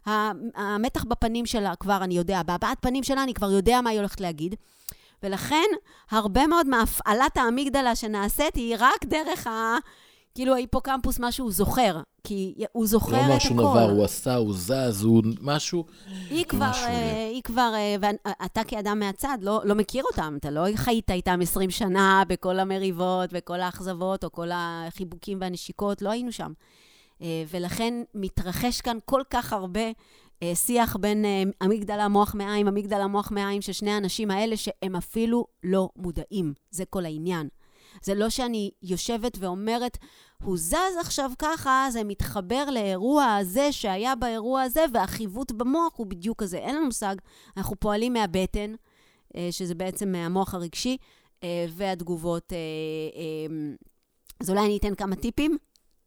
המתח בפנים שלה כבר אני יודע, בהבעת פנים שלה אני כבר יודע מה היא הולכת להגיד, ולכן הרבה מאוד מהפעלת האמיגדלה שנעשית היא רק דרך ה... כאילו ההיפוקמפוס משהו הוא זוכר, כי הוא זוכר את הכל. לא משהו נבר, הוא עשה, הוא זז, הוא משהו... היא כבר, היא כבר, ואתה כאדם מהצד לא, לא מכיר אותם, אתה לא חיית איתם עשרים שנה בכל המריבות וכל האכזבות או כל החיבוקים והנשיקות, לא היינו שם. ולכן מתרחש כאן כל כך הרבה שיח בין המגדלה מוח מעיים, המגדלה מוח מעיים של שני האנשים האלה שהם אפילו לא מודעים. זה כל העניין. זה לא שאני יושבת ואומרת, הוא זז עכשיו ככה, זה מתחבר לאירוע הזה שהיה באירוע הזה, והחיווט במוח הוא בדיוק כזה. אין לנו מושג, אנחנו פועלים מהבטן, שזה בעצם מהמוח הרגשי, והתגובות. אז אולי אני אתן כמה טיפים,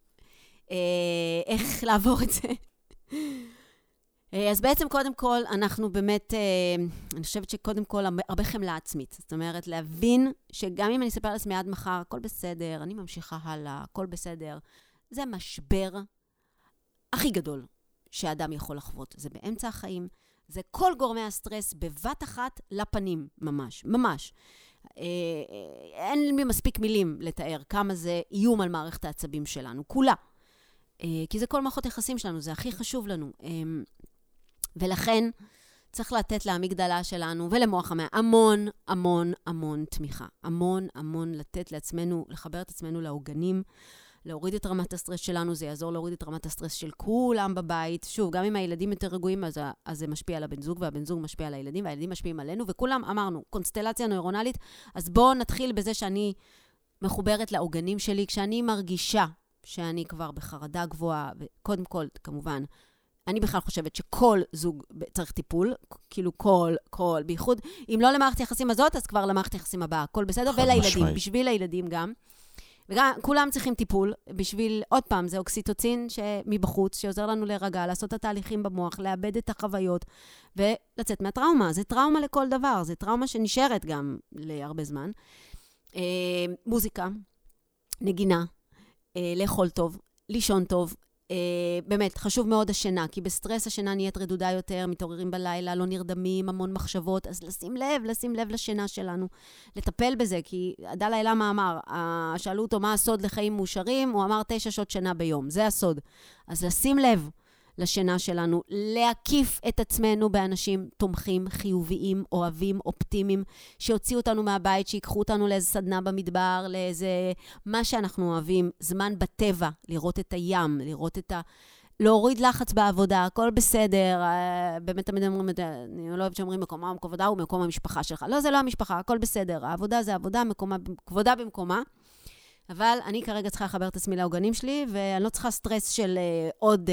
איך לעבור את זה. אז בעצם קודם כל, אנחנו באמת, אני חושבת שקודם כל, הרבה חמלה עצמית. זאת אומרת, להבין שגם אם אני אספר לעצמי עד מחר, הכל בסדר, אני ממשיכה הלאה, הכל בסדר. זה משבר, הכי גדול שהאדם יכול לחוות. זה באמצע החיים, זה כל גורמי הסטרס בבת אחת לפנים, ממש, ממש. אין לי מספיק מילים לתאר כמה זה איום על מערכת העצבים שלנו, כולה. כי זה כל מערכות יחסים שלנו, זה הכי חשוב לנו. ולכן צריך לתת לאמיגדלה שלנו ולמוח המאה המון, המון, המון תמיכה. המון, המון לתת לעצמנו, לחבר את עצמנו לעוגנים, להוריד את רמת הסטרס שלנו, זה יעזור להוריד את רמת הסטרס של כולם בבית. שוב, גם אם הילדים יותר רגועים, אז, אז זה משפיע על הבן זוג, והבן זוג משפיע על הילדים, והילדים משפיעים עלינו, וכולם אמרנו, קונסטלציה נוירונלית, אז בואו נתחיל בזה שאני מחוברת לעוגנים שלי, כשאני מרגישה שאני כבר בחרדה גבוהה, וקודם כל, כמובן, אני בכלל חושבת שכל זוג צריך טיפול, כאילו כל, כל, בייחוד, אם לא למערכת יחסים הזאת, אז כבר למערכת יחסים הבאה, הכל בסדר, ולילדים, בשביל הילדים גם. וגם כולם צריכים טיפול, בשביל, עוד פעם, זה אוקסיטוצין מבחוץ, שעוזר לנו להירגע, לעשות את התהליכים במוח, לאבד את החוויות, ולצאת מהטראומה. זה טראומה לכל דבר, זה טראומה שנשארת גם להרבה זמן. אה, מוזיקה, נגינה, אה, לאכול טוב, לישון טוב, Uh, באמת, חשוב מאוד השינה, כי בסטרס השינה נהיית רדודה יותר, מתעוררים בלילה, לא נרדמים, המון מחשבות, אז לשים לב, לשים לב לשינה שלנו, לטפל בזה, כי הדלה אלה מה אמר, uh, שאלו אותו מה הסוד לחיים מאושרים, הוא אמר תשע שעות שינה ביום, זה הסוד. אז לשים לב לשינה שלנו, להקיף את עצמנו באנשים תומכים, חיוביים, אוהבים, אופטימיים, שיוציאו אותנו מהבית, שיקחו אותנו לאיזה סדנה במדבר, לאיזה מה שאנחנו אוהבים, זמן בטבע, לראות את הים, לראות את ה... להוריד לחץ בעבודה, הכל בסדר, באמת תמיד אומרים, אני לא אוהבת שאומרים מקום העבודה הוא מקום המשפחה שלך. לא, זה לא המשפחה, הכל בסדר, העבודה זה עבודה, מקומה, כבודה במקומה. אבל אני כרגע צריכה לחבר את עצמי לעוגנים שלי, ואני לא צריכה סטרס של עוד...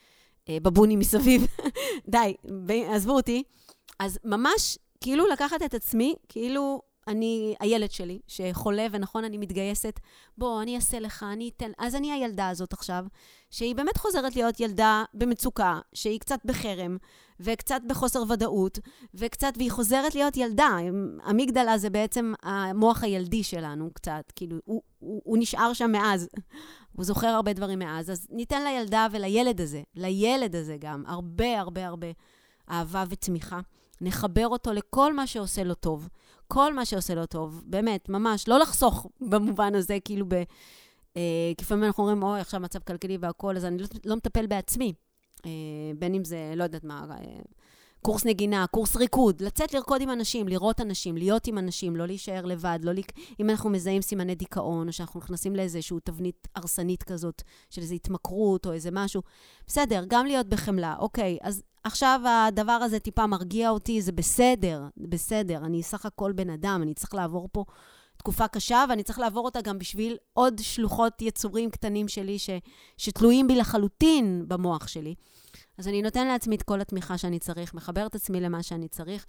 בבונים מסביב, די, עזבו אותי. אז ממש, כאילו לקחת את עצמי, כאילו אני, הילד שלי, שחולה ונכון, אני מתגייסת, בוא, אני אעשה לך, אני אתן, אז אני הילדה הזאת עכשיו, שהיא באמת חוזרת להיות ילדה במצוקה, שהיא קצת בחרם, וקצת בחוסר ודאות, וקצת, והיא חוזרת להיות ילדה. אמיגדלה זה בעצם המוח הילדי שלנו קצת, כאילו, הוא, הוא, הוא נשאר שם מאז, הוא זוכר הרבה דברים מאז, אז ניתן לילדה ולילד הזה, לילד הזה גם, הרבה, הרבה, הרבה אהבה ותמיכה. נחבר אותו לכל מה שעושה לו טוב. כל מה שעושה לו טוב, באמת, ממש, לא לחסוך במובן הזה, כאילו ב... אה, כפעמים אנחנו אומרים, אוי, עכשיו מצב כלכלי והכל, אז אני לא, לא מטפל בעצמי. אה, בין אם זה, לא יודעת מה, אה, קורס נגינה, קורס ריקוד, לצאת לרקוד עם אנשים, לראות אנשים, להיות עם אנשים, לא להישאר לבד, לא להיק... אם אנחנו מזהים סימני דיכאון, או שאנחנו נכנסים לאיזשהו תבנית הרסנית כזאת, של איזו התמכרות או איזה משהו, בסדר, גם להיות בחמלה, אוקיי, אז עכשיו הדבר הזה טיפה מרגיע אותי, זה בסדר, בסדר, אני סך הכל בן אדם, אני צריך לעבור פה תקופה קשה, ואני צריך לעבור אותה גם בשביל עוד שלוחות יצורים קטנים שלי, ש... שתלויים בי לחלוטין במוח שלי. אז אני נותן לעצמי את כל התמיכה שאני צריך, מחבר את עצמי למה שאני צריך,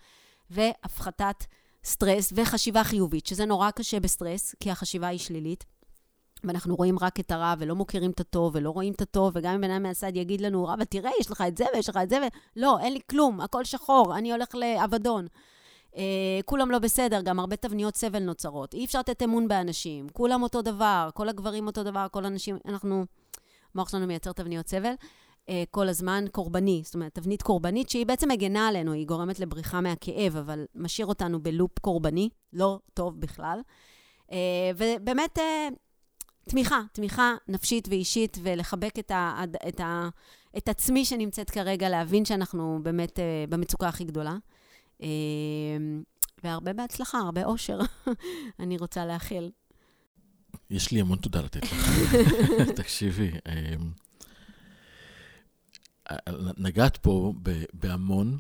והפחתת סטרס וחשיבה חיובית, שזה נורא קשה בסטרס, כי החשיבה היא שלילית, ואנחנו רואים רק את הרע, ולא מוכרים את הטוב, ולא רואים את הטוב, וגם אם בן מהצד יגיד לנו, רבא, תראה, יש לך את זה, ויש לך את זה, ולא, אין לי כלום, הכל שחור, אני הולך לאבדון. אה, כולם לא בסדר, גם הרבה תבניות סבל נוצרות. אי אפשר לתת אמון באנשים, כולם אותו דבר, כל הגברים אותו דבר, כל האנשים, אנחנו, מוח שלנו מייצר תבניות סבל, אה, כל הזמן קורבני, זאת אומרת, תבנית קורבנית, שהיא בעצם מגנה עלינו, היא גורמת לבריחה מהכאב, אבל משאיר אותנו בלופ קורבני, לא טוב בכלל. אה, ובאמת, אה, תמיכה, תמיכה נפשית ואישית, ולחבק את, ה, את, ה, את עצמי שנמצאת כרגע, להבין שאנחנו באמת uh, במצוקה הכי גדולה. Uh, והרבה בהצלחה, הרבה אושר, אני רוצה לאחל. יש לי המון תודה לתת לך. תקשיבי, נגעת פה בהמון,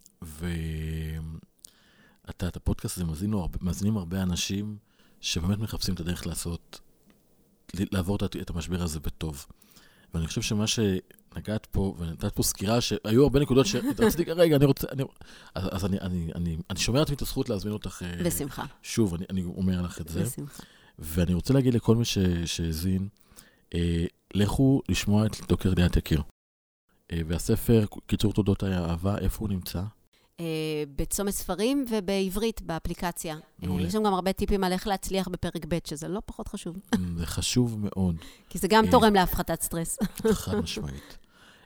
ואתה, את הפודקאסט הזה מזינים הרבה אנשים שבאמת מחפשים את הדרך לעשות, לעבור את המשבר הזה בטוב. ואני חושב שמה שנגעת פה, ונתת פה סקירה, שהיו הרבה נקודות שרציתי, רגע, אני רוצה, אני, אז אני, אני, אני, אני שומע לעצמי את הזכות להזמין אותך. בשמחה. שוב, אני, אני אומר לך את זה. בשמחה. ואני רוצה להגיד לכל מי שהזין, אה, לכו לשמוע את דוקטור ליאת יקיר. אה, והספר, קיצור תולדות האהבה, איפה הוא נמצא? בצומת ספרים ובעברית, באפליקציה. יש שם גם הרבה טיפים על איך להצליח בפרק ב', שזה לא פחות חשוב. זה חשוב מאוד. כי זה גם תורם להפחתת סטרס. חד משמעית.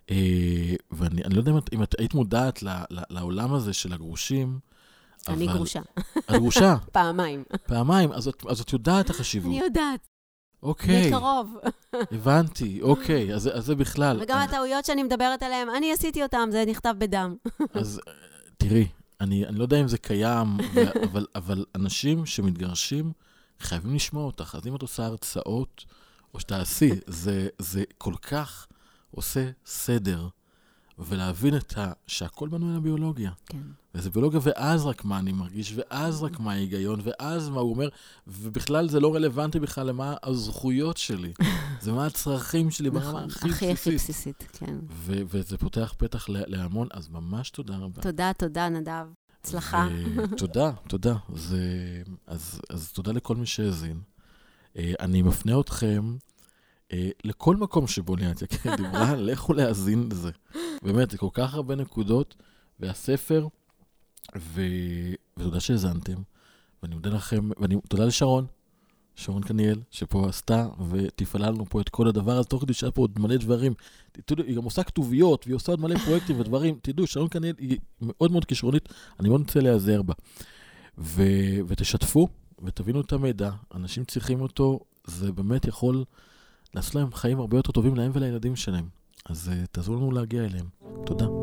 ואני לא יודע אם את היית מודעת לעולם הזה של הגרושים. אני גרושה. את גרושה? פעמיים. פעמיים, אז את יודעת החשיבות. אני יודעת. אוקיי. מקרוב. הבנתי, אוקיי, אז זה בכלל. וגם הטעויות שאני מדברת עליהן, אני עשיתי אותן, זה נכתב בדם. אז תראי, אני לא יודע אם זה קיים, אבל אנשים שמתגרשים חייבים לשמוע אותך. אז אם את עושה הרצאות, או שתעשי, זה כל כך עושה סדר, ולהבין את ה... שהכל בנוי לביולוגיה. כן. וזה ביולוגיה, ואז רק מה אני מרגיש, ואז רק מה ההיגיון, ואז מה הוא אומר, ובכלל זה לא רלוונטי בכלל למה הזכויות שלי. זה מה הצרכים שלי ברמה הכי בסיסית. הכי הכי בסיסית, כן. וזה פותח פתח להמון, אז ממש תודה רבה. תודה, תודה, נדב. הצלחה. תודה, תודה. אז תודה לכל מי שהאזין. אני מפנה אתכם לכל מקום שבו ליאת יקיר דיברה, לכו להאזין לזה. באמת, זה כל כך הרבה נקודות, והספר, ותודה שהאזנתם, ואני מודה לכם, ותודה לשרון, שרון קניאל, שפה עשתה, ותפעלה לנו פה את כל הדבר, אז תוך כדי שהיה פה עוד מלא דברים, היא גם עושה כתוביות, והיא עושה עוד מלא פרויקטים ודברים, תדעו, שרון קניאל היא מאוד מאוד כישרונית, אני מאוד רוצה להיעזר בה. ותשתפו, ותבינו את המידע, אנשים צריכים אותו, זה באמת יכול לעשות להם חיים הרבה יותר טובים להם ולילדים שלהם. אז תעזרו לנו להגיע אליהם. תודה.